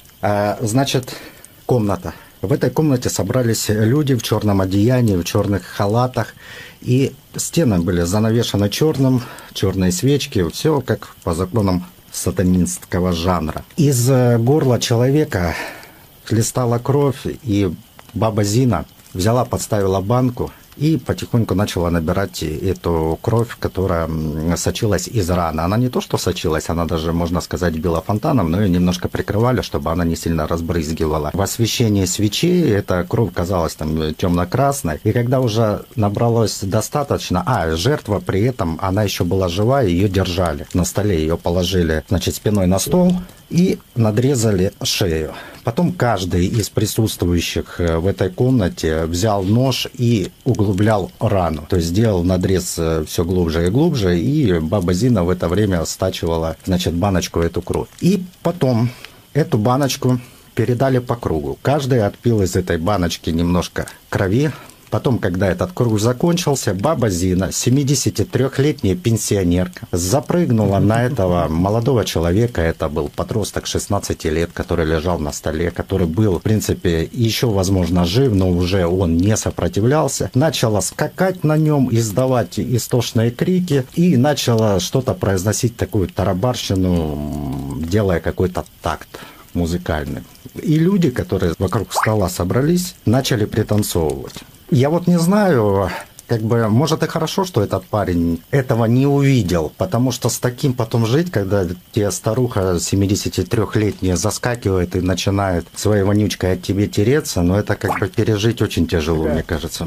Значит, комната. В этой комнате собрались люди в черном одеянии, в черных халатах, и стены были занавешены черным, черные свечки, все как по законам сатанинского жанра. Из горла человека хлестала кровь, и баба Зина взяла, подставила банку и потихоньку начала набирать эту кровь, которая сочилась из раны. Она не то что сочилась, она даже, можно сказать, била фонтаном, но ее немножко прикрывали, чтобы она не сильно разбрызгивала. В освещении свечей эта кровь казалась там темно-красной, и когда уже набралось достаточно, жертва при этом, она еще была жива, ее держали на столе, ее положили, значит, спиной на стол и надрезали шею. Потом каждый из присутствующих в этой комнате взял нож и углублял рану. То есть делал надрез все глубже и глубже, и баба Зина в это время стачивала, значит, баночку эту кровь. И потом эту баночку передали по кругу. Каждый отпил из этой баночки немножко крови. Потом, когда этот круг закончился, баба Зина, 73-летняя пенсионерка, запрыгнула на этого молодого человека, это был подросток 16 лет, который лежал на столе, который был, в принципе, еще, возможно, жив, но уже он не сопротивлялся, начала скакать на нем, издавать истошные крики и начала что-то произносить, такую тарабарщину, делая какой-то такт музыкальный. И люди, которые вокруг стола собрались, начали пританцовывать. Я вот не знаю, как бы, может и хорошо, что этот парень этого не увидел, потому что с таким потом жить, когда тебе старуха 73-летняя заскакивает и начинает своей вонючкой от тебе тереться, но это как бы пережить очень тяжело, мне кажется.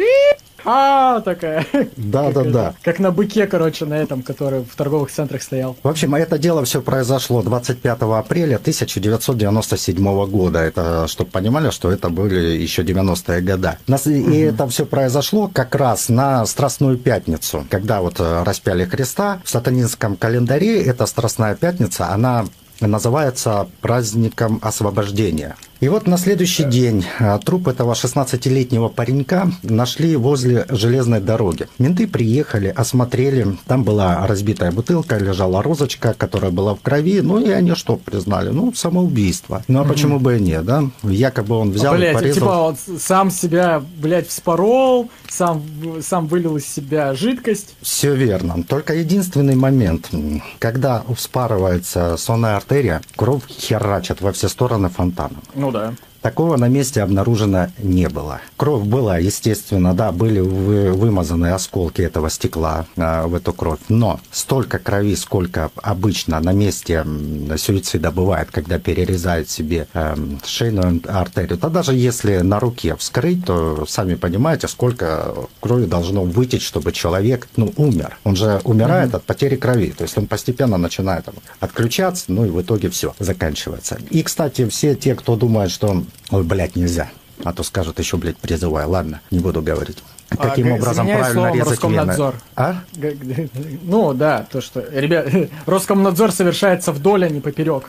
Такая. Да. Как на быке, короче, на этом, который в торговых центрах стоял. В общем, это дело все произошло 25 апреля 1997 года. Это, чтобы понимали, что это были еще 90-е годы. И это все произошло как раз на Страстную Пятницу, когда вот распяли Христа. В сатанинском календаре эта Страстная Пятница, она называется праздником освобождения. И вот на следующий день труп этого 16-летнего паренька нашли возле железной дороги. Менты приехали, осмотрели, там была разбитая бутылка, лежала розочка, которая была в крови, ну и они что признали? Ну, самоубийство. Ну а почему бы и нет, да? Якобы он взял и порезал. Типа он сам себя, вспорол, сам вылил из себя жидкость. Все верно. Только единственный момент, когда вспарывается сонная артерия, кровь херачит во все стороны фонтаном. Ну да. Такого на месте обнаружено не было. Кровь была, естественно, да, были вымазаны осколки этого стекла в эту кровь, но столько крови, сколько обычно на месте суицида бывает, когда перерезают себе шейную артерию, то даже если на руке вскрыть, то сами понимаете, сколько крови должно вытечь, чтобы человек, умер. Он же умирает от потери крови, то есть он постепенно начинает отключаться, и в итоге все, заканчивается. И, кстати, все те, кто думает, что ой, блядь, нельзя. А то скажут еще, блядь, призываю. Ладно, не буду говорить. Каким образом правильно резать Роскомнадзор. вены? Да, то, что, ребят, Роскомнадзор совершается вдоль, а не поперек.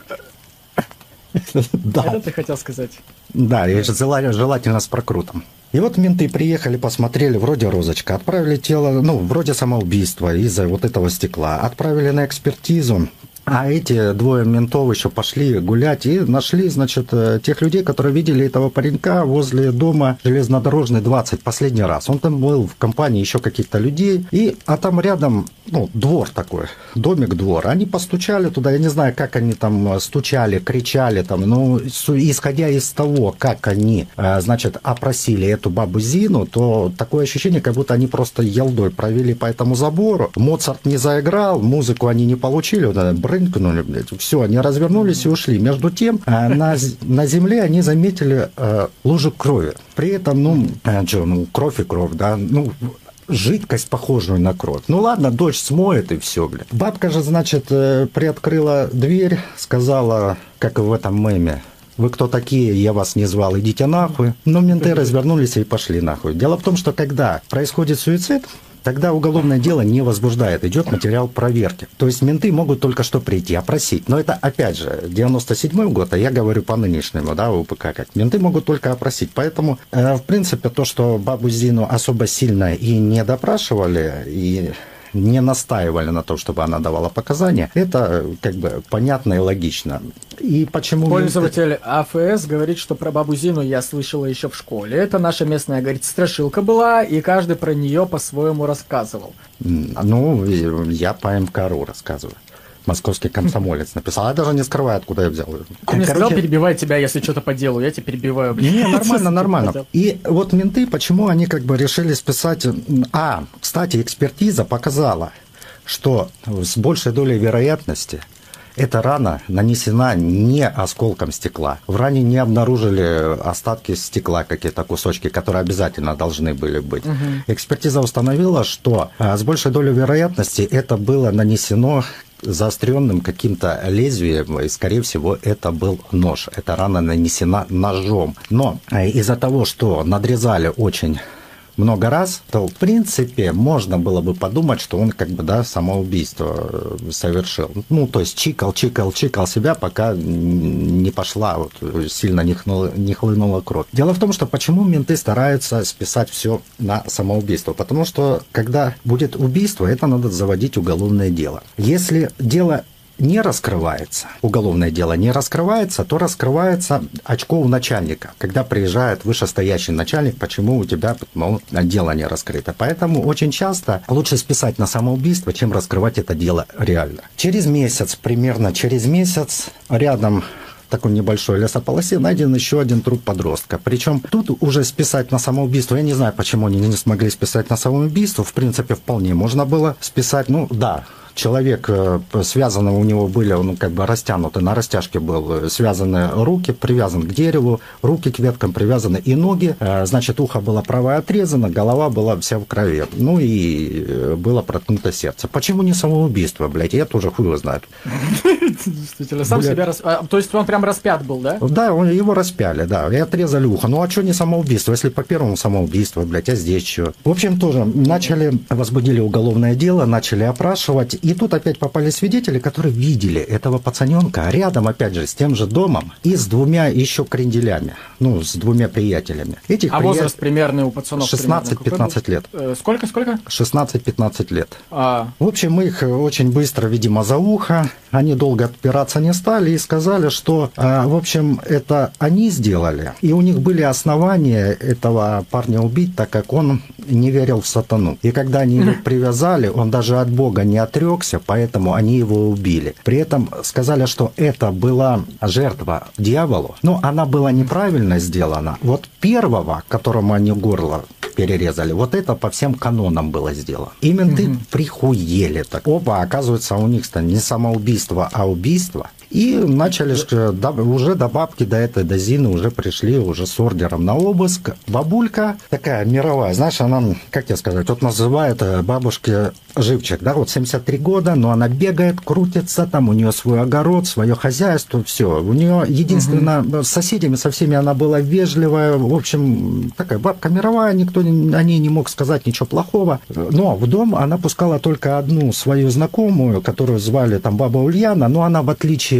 Да. Это ты хотел сказать? Да, и желательно с прокрутом. И вот менты приехали, посмотрели, вроде розочка, отправили тело, вроде самоубийства из-за вот этого стекла, отправили на экспертизу. А эти двое ментов еще пошли гулять и нашли, значит, тех людей, которые видели этого паренька возле дома железнодорожный 20 последний раз. Он там был в компании еще каких-то людей. А там рядом, двор такой, домик-двор. Они постучали туда, я не знаю, как они там стучали, кричали там, исходя из того, как они, значит, опросили эту бабу Зину, то такое ощущение, как будто они просто елдой провели по этому забору. Моцарт не заиграл, музыку они не получили, брынкнули, блядь. Все, они развернулись и ушли. Между тем, на земле они заметили лужу крови. При этом, кровь и кровь, да, жидкость, похожую на кровь. Ладно, дождь смоет и все, блядь. Бабка же, значит, приоткрыла дверь, сказала, как и в этом меме: вы кто такие, я вас не звал, идите нахуй. Но менты развернулись и пошли нахуй. Дело в том, что когда происходит суицид, тогда уголовное дело не возбуждает, идет материал проверки. То есть менты могут только что прийти, опросить. Но это, опять же, 97-й год, а я говорю по нынешнему, да, УПК как. Менты могут только опросить. Поэтому, в принципе, то, что бабу Зину особо сильно и не допрашивали, и не настаивали на том, чтобы она давала показания, это как бы понятно и логично. И почему... Пользователь АФС говорит, что про бабу Зину я слышала еще в школе. Это наша местная, говорит, страшилка была, и каждый про нее по-своему рассказывал. Я по МКРУ рассказываю. Московский комсомолец написал. Я даже не скрываю, откуда я взял. Ты мне сказал, перебивай тебя, если что-то по делу. Я тебя перебиваю. Не, нормально. И вот менты, почему они как бы решили списать... кстати, экспертиза показала, что с большей долей вероятности эта рана нанесена не осколком стекла. В ране не обнаружили остатки стекла, какие-то кусочки, которые обязательно должны были быть. Экспертиза установила, что с большей долей вероятности это было нанесено заостренным каким-то лезвием, и, скорее всего, это был нож. Эта рана нанесена ножом. Но из-за того, что надрезали очень много раз, то, в принципе, можно было бы подумать, что он как бы, да, самоубийство совершил. То есть чикал себя, пока не пошла, сильно не хлынула кровь. Дело в том, что почему менты стараются списать все на самоубийство? Потому что, когда будет убийство, это надо заводить уголовное дело. Если дело не раскрывается, уголовное дело не раскрывается, то раскрывается очко у начальника. Когда приезжает вышестоящий начальник, почему у тебя дело не раскрыто. Поэтому очень часто лучше списать на самоубийство, чем раскрывать это дело реально. Примерно через месяц, рядом в такой небольшой лесополосе найден еще один труп подростка. Причем тут уже списать на самоубийство, я не знаю, почему они не смогли списать на самоубийство, в принципе, вполне можно было списать, человек, связаны у него были, он как бы растянутый, на растяжке был, связаны руки, привязан к дереву, руки к веткам привязаны и ноги, значит, ухо было правое отрезано, голова была вся в крови, и было проткнуто сердце. Почему не самоубийство, блядь, я тоже хуй его знает. Действительно, сам себя то есть он прям распят был, да? Да, его распяли, да, и отрезали ухо. А что не самоубийство, если по первому самоубийство, блядь, а здесь что? В общем, тоже возбудили уголовное дело, начали опрашивать. И тут опять попали свидетели, которые видели этого пацаненка рядом, опять же, с тем же домом и с двумя еще кренделями, с двумя приятелями. Возраст примерный у пацанов? 16-15 лет. Сколько? 16-15 лет. В общем, их очень быстро, видимо, за ухо. Они долго отпираться не стали и сказали, что, в общем, это они сделали. И у них были основания этого парня убить, так как он не верил в сатану. И когда они его привязали, он даже от Бога не отрекся, увлекся, поэтому они его убили. При этом сказали, что это была жертва дьяволу, но она была неправильно сделана. Вот первого, которому они горло перерезали, вот это по всем канонам было сделано. И менты прихуели так. Оба, оказывается, у них-то не самоубийство, а убийство. И начали уже до бабки, до Зины уже пришли уже с ордером на обыск. Бабулька такая мировая, знаешь, она, как тебе сказать, вот называют бабушки живчик, да, вот 73 года, но она бегает, крутится, там у нее свой огород, свое хозяйство, все. У нее единственное, с соседями, со всеми она была вежливая, в общем, такая бабка мировая, никто о ней не мог сказать ничего плохого. Но в дом она пускала только одну свою знакомую, которую звали там баба Ульяна, но она в отличие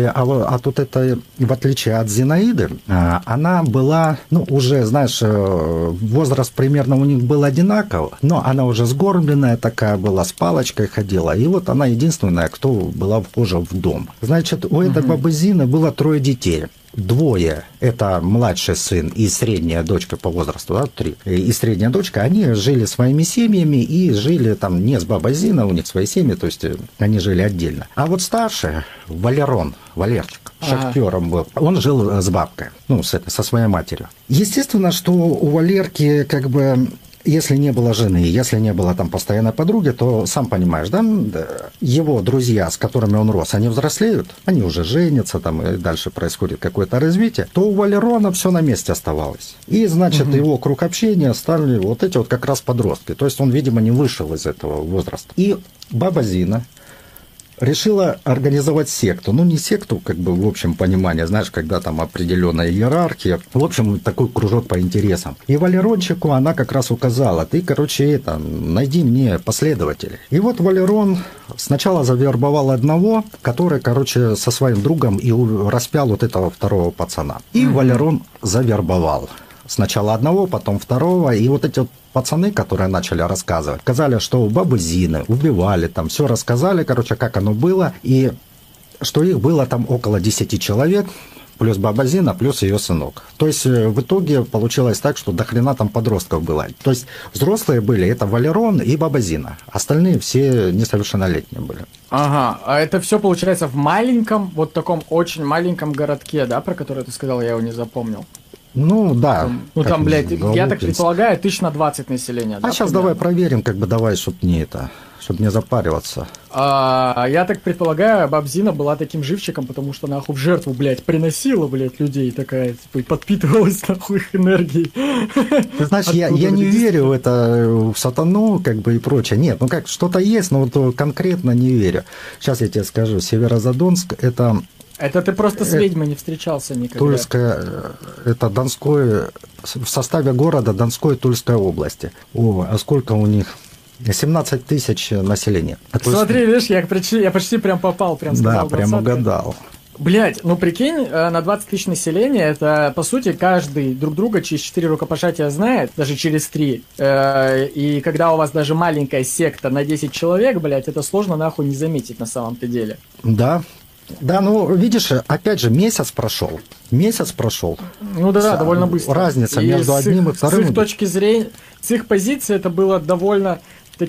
в отличие от Зинаиды, она была, уже, знаешь, возраст примерно у них был одинаковый, но она уже сгорбленная такая была, с палочкой ходила, и вот она единственная, кто была вхожа в дом. Значит, у этой бабы Зины было 3 детей. 2 – это младший сын и средняя дочка по возрасту, да, 3, и средняя дочка, они жили своими семьями и жили там не с бабой Зиной, у них свои семьи, то есть они жили отдельно. А вот старший, Валерчик, шахтером был, он жил с бабкой, со своей матерью. Естественно, что у Валерки как бы... Если не было жены, если не было там постоянной подруги, то, сам понимаешь, да, его друзья, с которыми он рос, они взрослеют, они уже женятся, там, и дальше происходит какое-то развитие, то у Валерона все на месте оставалось. И, значит, его круг общения стали вот эти вот как раз подростки. То есть он, видимо, не вышел из этого возраста. И баба Зина решила организовать секту. Не секту, как бы, в общем понимании, знаешь, когда там определенная иерархия. В общем, такой кружок по интересам. И Валерончику она как раз указала: ты, найди мне последователей. И вот Валерон сначала завербовал одного, который, со своим другом и распял вот этого второго пацана. И Валерон завербовал. Сначала одного, потом второго. И вот эти вот пацаны, которые начали рассказывать, сказали, что у бабы Зины убивали, там все рассказали, как оно было, и что их было там около 10 человек, плюс баба Зина, плюс ее сынок. То есть в итоге получилось так, что до хрена там подростков было. То есть взрослые были, это Валерон и баба Зина, остальные все несовершеннолетние были. Ага, а это все получается в маленьком, вот таком очень маленьком городке, да, про который ты сказал, я его не запомнил. Да. Там, блядь, я так предполагаю, 20 населения. А сейчас давай проверим, чтобы не запариваться. Я так предполагаю, баба Зина была таким живчиком, потому что, нахуй, в жертву, блядь, приносила, блядь, людей такая, типа, и подпитывалась, нахуй, их энергией. Ты знаешь, я не верю в это, в сатану, и прочее. Нет, что-то есть, но вот конкретно не верю. Сейчас я тебе скажу, Северозадонск – это... Это ты просто с ведьмой не встречался никогда. Тульская, это Донской, в составе города Донской и Тульской области. А сколько у них? 17 тысяч населения. Смотри, видишь, я почти прям попал, прям сказал. Да, прям угадал. Блять, прикинь, на 20 тысяч населения, это, по сути, каждый друг друга через 4 рукопожатия знает, даже через 3. И когда у вас даже маленькая секта на 10 человек, блять, это сложно нахуй не заметить на самом-то деле. Да. Да, видишь, опять же, месяц прошел. Довольно быстро. Разница между одним и вторым. С их точки зрения, с их позиции это было довольно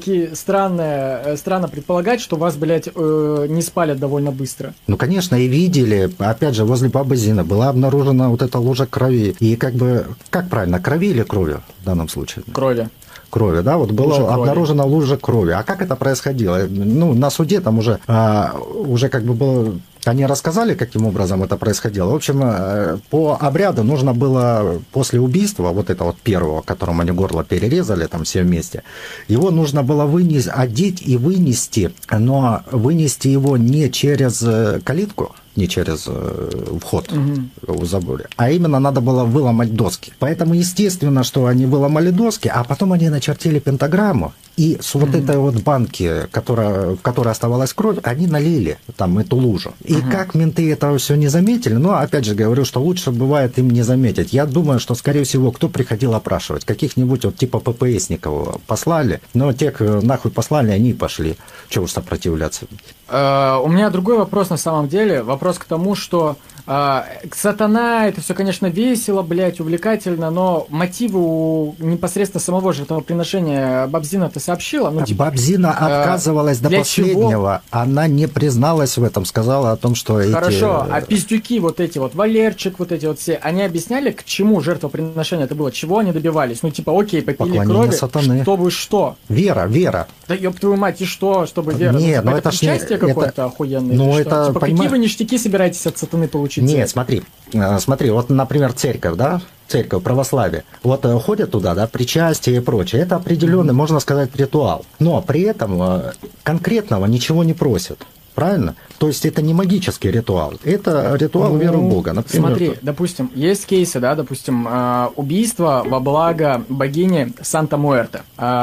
странно предполагать, что вас, блядь, не спалят довольно быстро. Конечно, и видели, опять же, возле бабы Зины была обнаружена вот эта лужа крови. И как правильно, крови или крови в данном случае? Крови, да, вот была обнаружена лужа крови. А как это происходило? На суде там уже было... Они рассказали, каким образом это происходило. В общем, по обряду нужно было после убийства, вот этого первого, которому они горло перерезали, там все вместе, его нужно было одеть и вынести, но вынести его не через калитку, не через вход в заборе, а именно надо было выломать доски. Поэтому, естественно, что они выломали доски, а потом они начертили пентаграмму, и с вот этой вот банки, в которой оставалась кровь, они налили там эту лужу. И как менты этого все не заметили, опять же говорю, что лучше бывает им не заметить. Я думаю, что, скорее всего, кто приходил опрашивать? Каких-нибудь вот типа ППСников послали, но тех нахуй послали, они и пошли. Чего уж сопротивляться? У меня другой вопрос на самом деле. Вопрос к тому, что Сатана, это все, конечно, весело, блядь, увлекательно, но мотивы у непосредственно самого жертвоприношения Бабзина ты сообщила? Ну, типа, Бабзина отказывалась до последнего. Чего? Она не призналась в этом, сказала о том, что Хорошо, а пиздюки вот эти вот, Валерчик, вот эти вот все, они объясняли, к чему жертвоприношение это было? Чего они добивались? Ну, типа, окей, попили крови, сатаны. Чтобы что? Вера. Да ёб твою мать, и что, чтобы вера? Нет, ну, это причастие какое-то охуенное? Ну, это, типа, какие вы ништяки собираетесь от сатаны получить? Нет, смотри, вот, например, церковь, да? Церковь, православие. Вот ходят туда, да, причастие и прочее. Это определенный, можно сказать, ритуал. Но при этом конкретного ничего не просят. Правильно? То есть это не магический ритуал, это ритуал веры в Бога. Например, смотри, допустим, есть кейсы, да, допустим, убийство во благо богини Санта-Муэрте.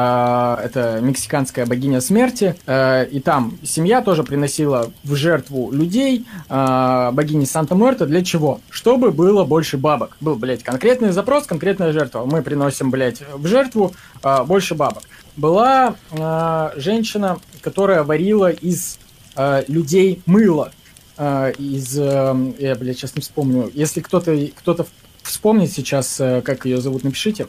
Это мексиканская богиня смерти, и там семья тоже приносила в жертву людей богини Санта-Муэрте. Для чего? Чтобы было больше бабок. Был, блядь, конкретный запрос, конкретная жертва. Мы приносим, блядь, в жертву больше бабок. Была женщина, которая варила из людей мыло я, блядь, сейчас не вспомню. Если кто-то вспомнит сейчас, как ее зовут, напишите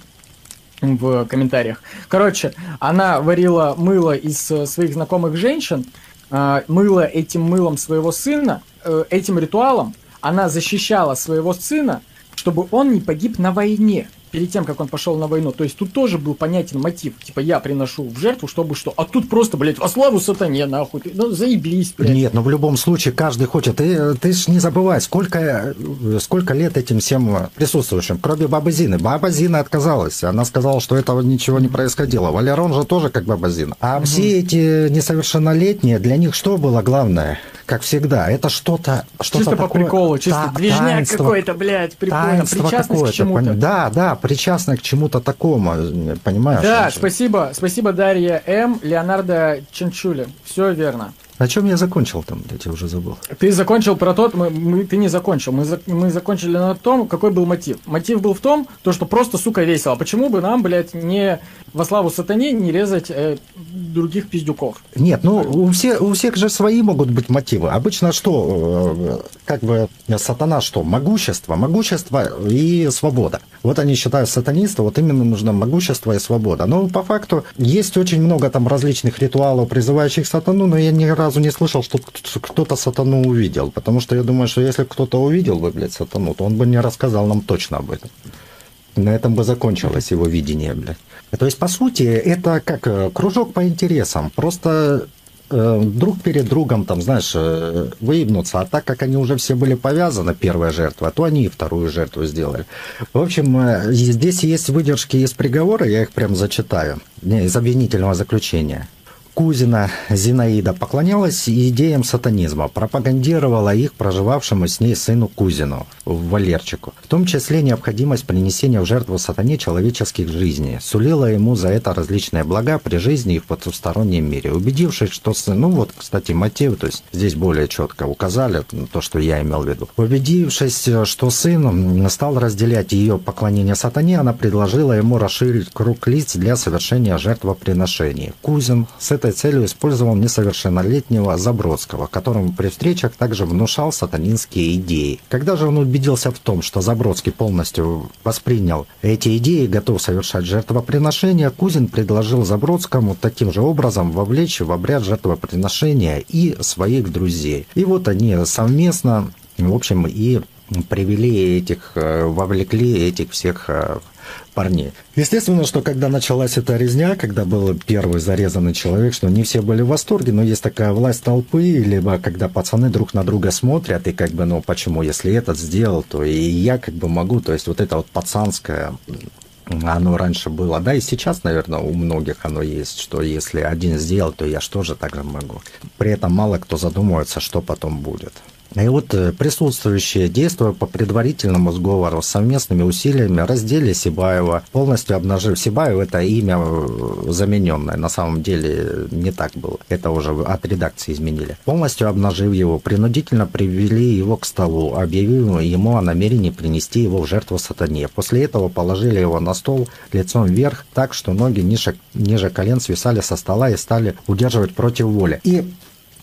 в комментариях. Короче, она варила мыло из своих знакомых женщин, мыла этим мылом своего сына, этим ритуалом она защищала своего сына, чтобы он не погиб на войне. Перед тем, как он пошел на войну. То есть тут тоже был понятен мотив. Типа, я приношу в жертву, чтобы что. А тут просто, блядь, во славу сатане, нахуй. Ну, заебись, блядь. Нет, но в любом случае каждый хочет. Ты ж не забывай, сколько лет этим всем присутствующим. Кроме Бабы Зины. Баба Зина отказалась. Она сказала, что этого ничего не происходило. Валерон же тоже как Баба Зина. А все эти несовершеннолетние, для них что было главное? Как всегда, это что-то чисто такое, по приколу, чисто движняк какой-то, блядь, прикольно, причастность к чему-то. Да, причастность к чему-то такому, понимаешь? Да, спасибо, Дарья М. Леонардо Ченчули, все верно. О чем я закончил там, я тебе уже забыл. Ты закончил про тот, ты не закончил, мы закончили на том, какой был мотив. Мотив был в том, что просто, сука, весело. Почему бы нам, блядь, не во славу сатане не резать других пиздюков? Нет, ну у всех же свои могут быть мотивы. Обычно что, как бы сатана что? Могущество и свобода. Вот они считают сатанисты, вот именно нужно могущество и свобода. Но по факту есть очень много там различных ритуалов, призывающих сатану, но я ни разу не слышал, что кто-то сатану увидел. Потому что я думаю, что если кто-то увидел бы, блядь, сатану, то он бы не рассказал нам точно об этом. На этом бы закончилось его видение, блядь. То есть, по сути, это как кружок по интересам. Просто друг перед другом, там, знаешь, выебнуться. А так как они уже все были повязаны, первая жертва, то они и вторую жертву сделали. В общем, здесь есть выдержки из приговора, я их прям зачитаю, из обвинительного заключения. Кузина Зинаида поклонялась идеям сатанизма, пропагандировала их проживавшему с ней сыну Кузину, Валерчику, в том числе необходимость принесения в жертву сатане человеческих жизней, сулила ему за это различные блага при жизни и в потустороннем мире. Убедившись, что сын, ну вот, кстати, мотив, то есть здесь более четко указали то, что я имел в виду. Убедившись, что сын стал разделять ее поклонение сатане, она предложила ему расширить круг лиц для совершения жертвоприношений. Кузин с этой целью использовал несовершеннолетнего Забродского, которому при встречах также внушал сатанинские идеи. Когда же он убедился в том, что Забродский полностью воспринял эти идеи и готов совершать жертвоприношения, Кузин предложил Забродскому таким же образом вовлечь в обряд жертвоприношения и своих друзей. И вот они совместно, в общем, и вовлекли этих всех парней. Естественно, что когда началась эта резня, когда был первый зарезанный человек, что не все были в восторге, но есть такая власть толпы, либо когда пацаны друг на друга смотрят, и как бы, ну почему, если этот сделал, то и я как бы могу, то есть вот это вот пацанское, оно раньше было, да, и сейчас, наверное, у многих оно есть, что если один сделал, то я что же так же могу. При этом мало кто задумывается, что потом будет. И вот присутствующие, действуя по предварительному сговору, совместными усилиями раздели Сибаева, полностью обнажив Сибаева, это имя замененное, на самом деле не так было, это уже от редакции изменили. Полностью обнажив его, принудительно привели его к столу, объявив ему о намерении принести его в жертву сатане. После этого положили его на стол лицом вверх, так что ноги ниже колен свисали со стола и стали удерживать против воли. И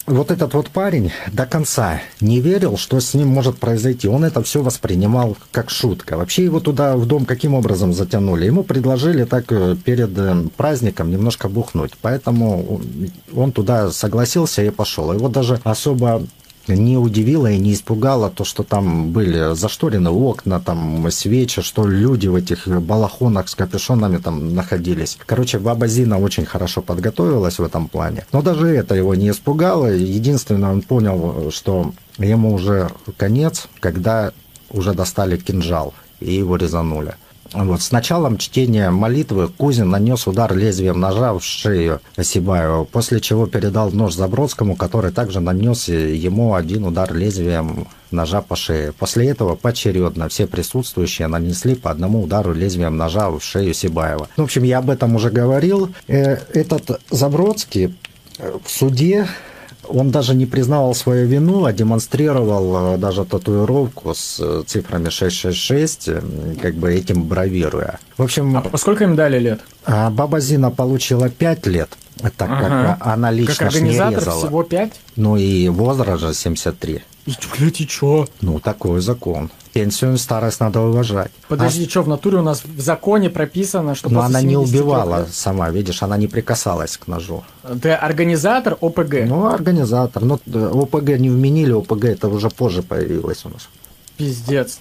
вот этот вот парень до конца не верил, что с ним может произойти. Он это все воспринимал как шутка. Вообще его туда в дом каким образом затянули? Ему предложили так перед праздником немножко бухнуть. Поэтому он туда согласился и пошел. Его даже особо не удивило и не испугало то, что там были зашторены окна, там свечи, что люди в этих балахонах с капюшонами там находились. Короче, баба Зина очень хорошо подготовилась в этом плане. Но даже это его не испугало. Единственное, он понял, что ему уже конец, когда уже достали кинжал и его резанули. Вот. С началом чтения молитвы Кузин нанес удар лезвием ножа в шею Осибаева, после чего передал нож Забродскому, который также нанес ему один удар лезвием ножа по шее. После этого поочередно все присутствующие нанесли по одному удару лезвием ножа в шею Сибаева. В общем, я об этом уже говорил. Этот Забродский в суде, он даже не признавал свою вину, а демонстрировал даже татуировку с цифрами 666, как бы этим бравируя. В общем, А поскольку им дали лет? баба Зина получила 5 лет, так как она лично Как ж не организатор резала. всего 5? Ну и возраст же 73. Блядь, и чё? Ну, такой закон. Пенсию и старость надо уважать. Подожди, что в натуре у нас в законе прописано, что Но после она не 73 убивала лет? сама, видишь, она не прикасалась к ножу. Ты организатор ОПГ. Ну, организатор. Но ОПГ не вменили, ОПГ это уже позже появилось у нас. Пиздец.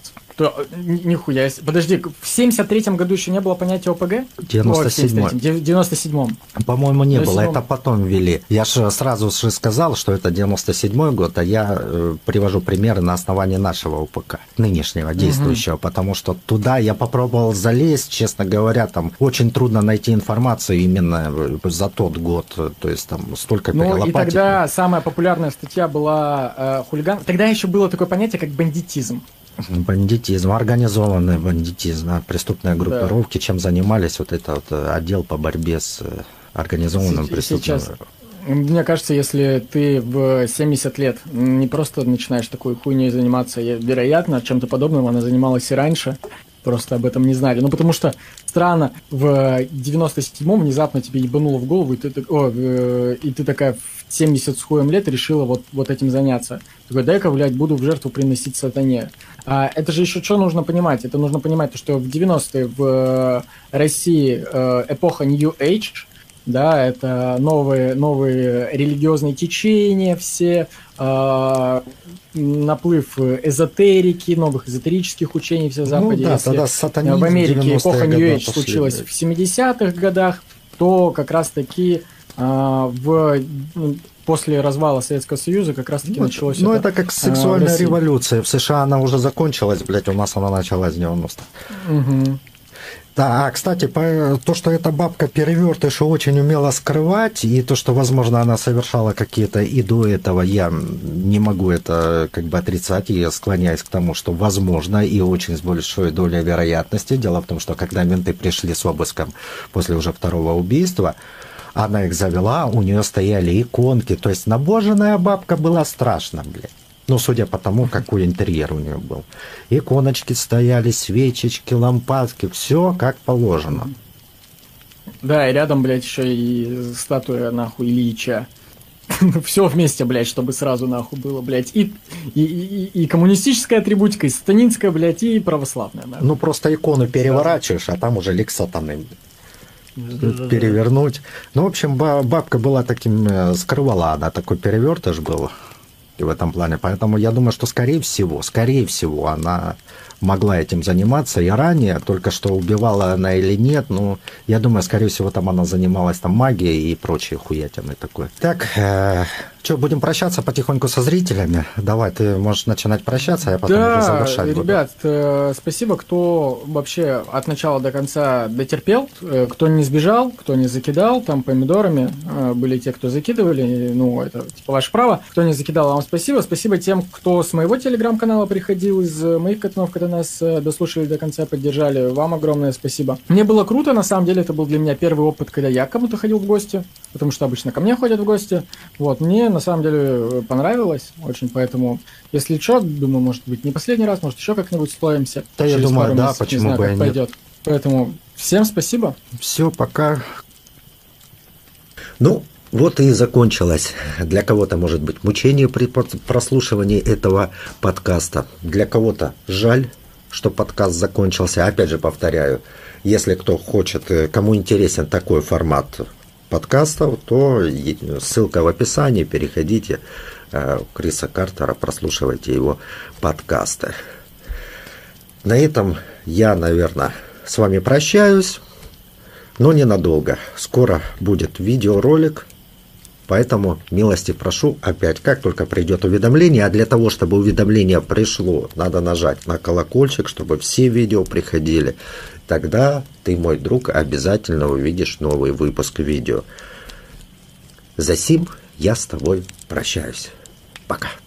Нихуя. Подожди, в 73-м году еще не было понятия ОПГ? 97-й. В 97-м. По-моему, не было, 97-м. это потом ввели. Я же сразу же сказал, что это 97-й год, а я привожу примеры на основании нашего УПК, нынешнего, действующего, потому что туда я попробовал залезть, честно говоря, там очень трудно найти информацию именно за тот год, то есть там столько Ну и перелопатить. тогда самая популярная статья была хулиган. Тогда еще было такое понятие, как бандитизм. Бандитизм, организованный бандитизм, преступные группировки, чем занимались вот этот вот отдел по борьбе с организованным преступным. Сейчас, мне кажется, если ты в 70 лет не просто начинаешь такой хуйней заниматься, вероятно, чем-то подобным она занималась и раньше, просто об этом не знали. Ну, потому что странно, в 97-м внезапно тебе ебануло в голову, и ты такая в 70 с хуем лет решила вот этим заняться. Такой, дай-ка, блядь, буду в жертву приносить сатане. А это же еще что нужно понимать? Это нужно понимать, что в 90-е в России эпоха New Age, да, это новые религиозные течения, все наплыв эзотерики, новых эзотерических учений все в Западе. Ну да, Если тогда сатанизм в Америке эпоха New Age пошли, случилась да. в 70-х годах, то как раз-таки после развала Советского Союза как раз-таки началось Ну, это. это как сексуальная революция. В США она уже закончилась, блядь, у нас она началась в 90-х. Угу. Да, кстати, то, что эта бабка перевертыша очень умела скрывать, и то, что, возможно, она совершала какие-то и до этого, я не могу это как бы отрицать, и склоняюсь к тому, что возможно, и очень с большой долей вероятности. Дело в том, что когда менты пришли с обыском после уже второго убийства, она их завела, у нее стояли иконки, то есть набоженная бабка была страшна, блядь. Ну, судя по тому, какой интерьер у нее был. Иконочки стояли, свечечки, лампадки, все как положено. Да, и рядом, блядь, еще и статуя, нахуй, Ильича. Все вместе, блядь, чтобы сразу, нахуй, было, блядь. И коммунистическая атрибутика, и сатанинская, блядь, и православная. Нахуй. Ну, просто икону переворачиваешь, а там уже лик сатаны. Перевернуть. Ну, в общем, бабка была таким, скрывала она, такой перевертыш был в этом плане. Поэтому я думаю, что скорее всего, она могла этим заниматься и ранее, только что убивала она или нет, ну, я думаю, скорее всего, там она занималась там магией и прочей хуятиной такой. Так, что, будем прощаться потихоньку со зрителями? Давай, ты можешь начинать прощаться, а я потом уже завершать буду. Ребят, спасибо, кто вообще от начала до конца дотерпел, кто не сбежал, кто не закидал там помидорами, были те, кто закидывали, ну, это типа ваше право, кто не закидал, вам спасибо, спасибо тем, кто с моего телеграм-канала приходил, из моих катанов, когда нас дослушали до конца, поддержали, вам огромное спасибо. Мне было круто, на самом деле, это был для меня первый опыт, когда я к кому-то ходил в гости, потому что обычно ко мне ходят в гости, вот, мне на самом деле понравилось очень, поэтому, если что, думаю, может быть, не последний раз, может, еще как-нибудь сплавимся. Да, я думаю, да, почему бы и нет. Пойдет. Поэтому всем спасибо. Все, пока. Ну, Вот и закончилось. Для кого-то может быть мучение при прослушивании этого подкаста. Для кого-то жаль, что подкаст закончился. Опять же повторяю, если кто хочет, кому интересен такой формат подкастов, то ссылка в описании, переходите к Криса Картера, прослушивайте его подкасты. На этом я, наверное, с вами прощаюсь, но ненадолго. Скоро будет видеоролик, поэтому милости прошу опять, как только придет уведомление, а для того, чтобы уведомление пришло, надо нажать на колокольчик, чтобы все видео приходили. Тогда ты, мой друг, обязательно увидишь новый выпуск видео. Засим я с тобой прощаюсь. Пока.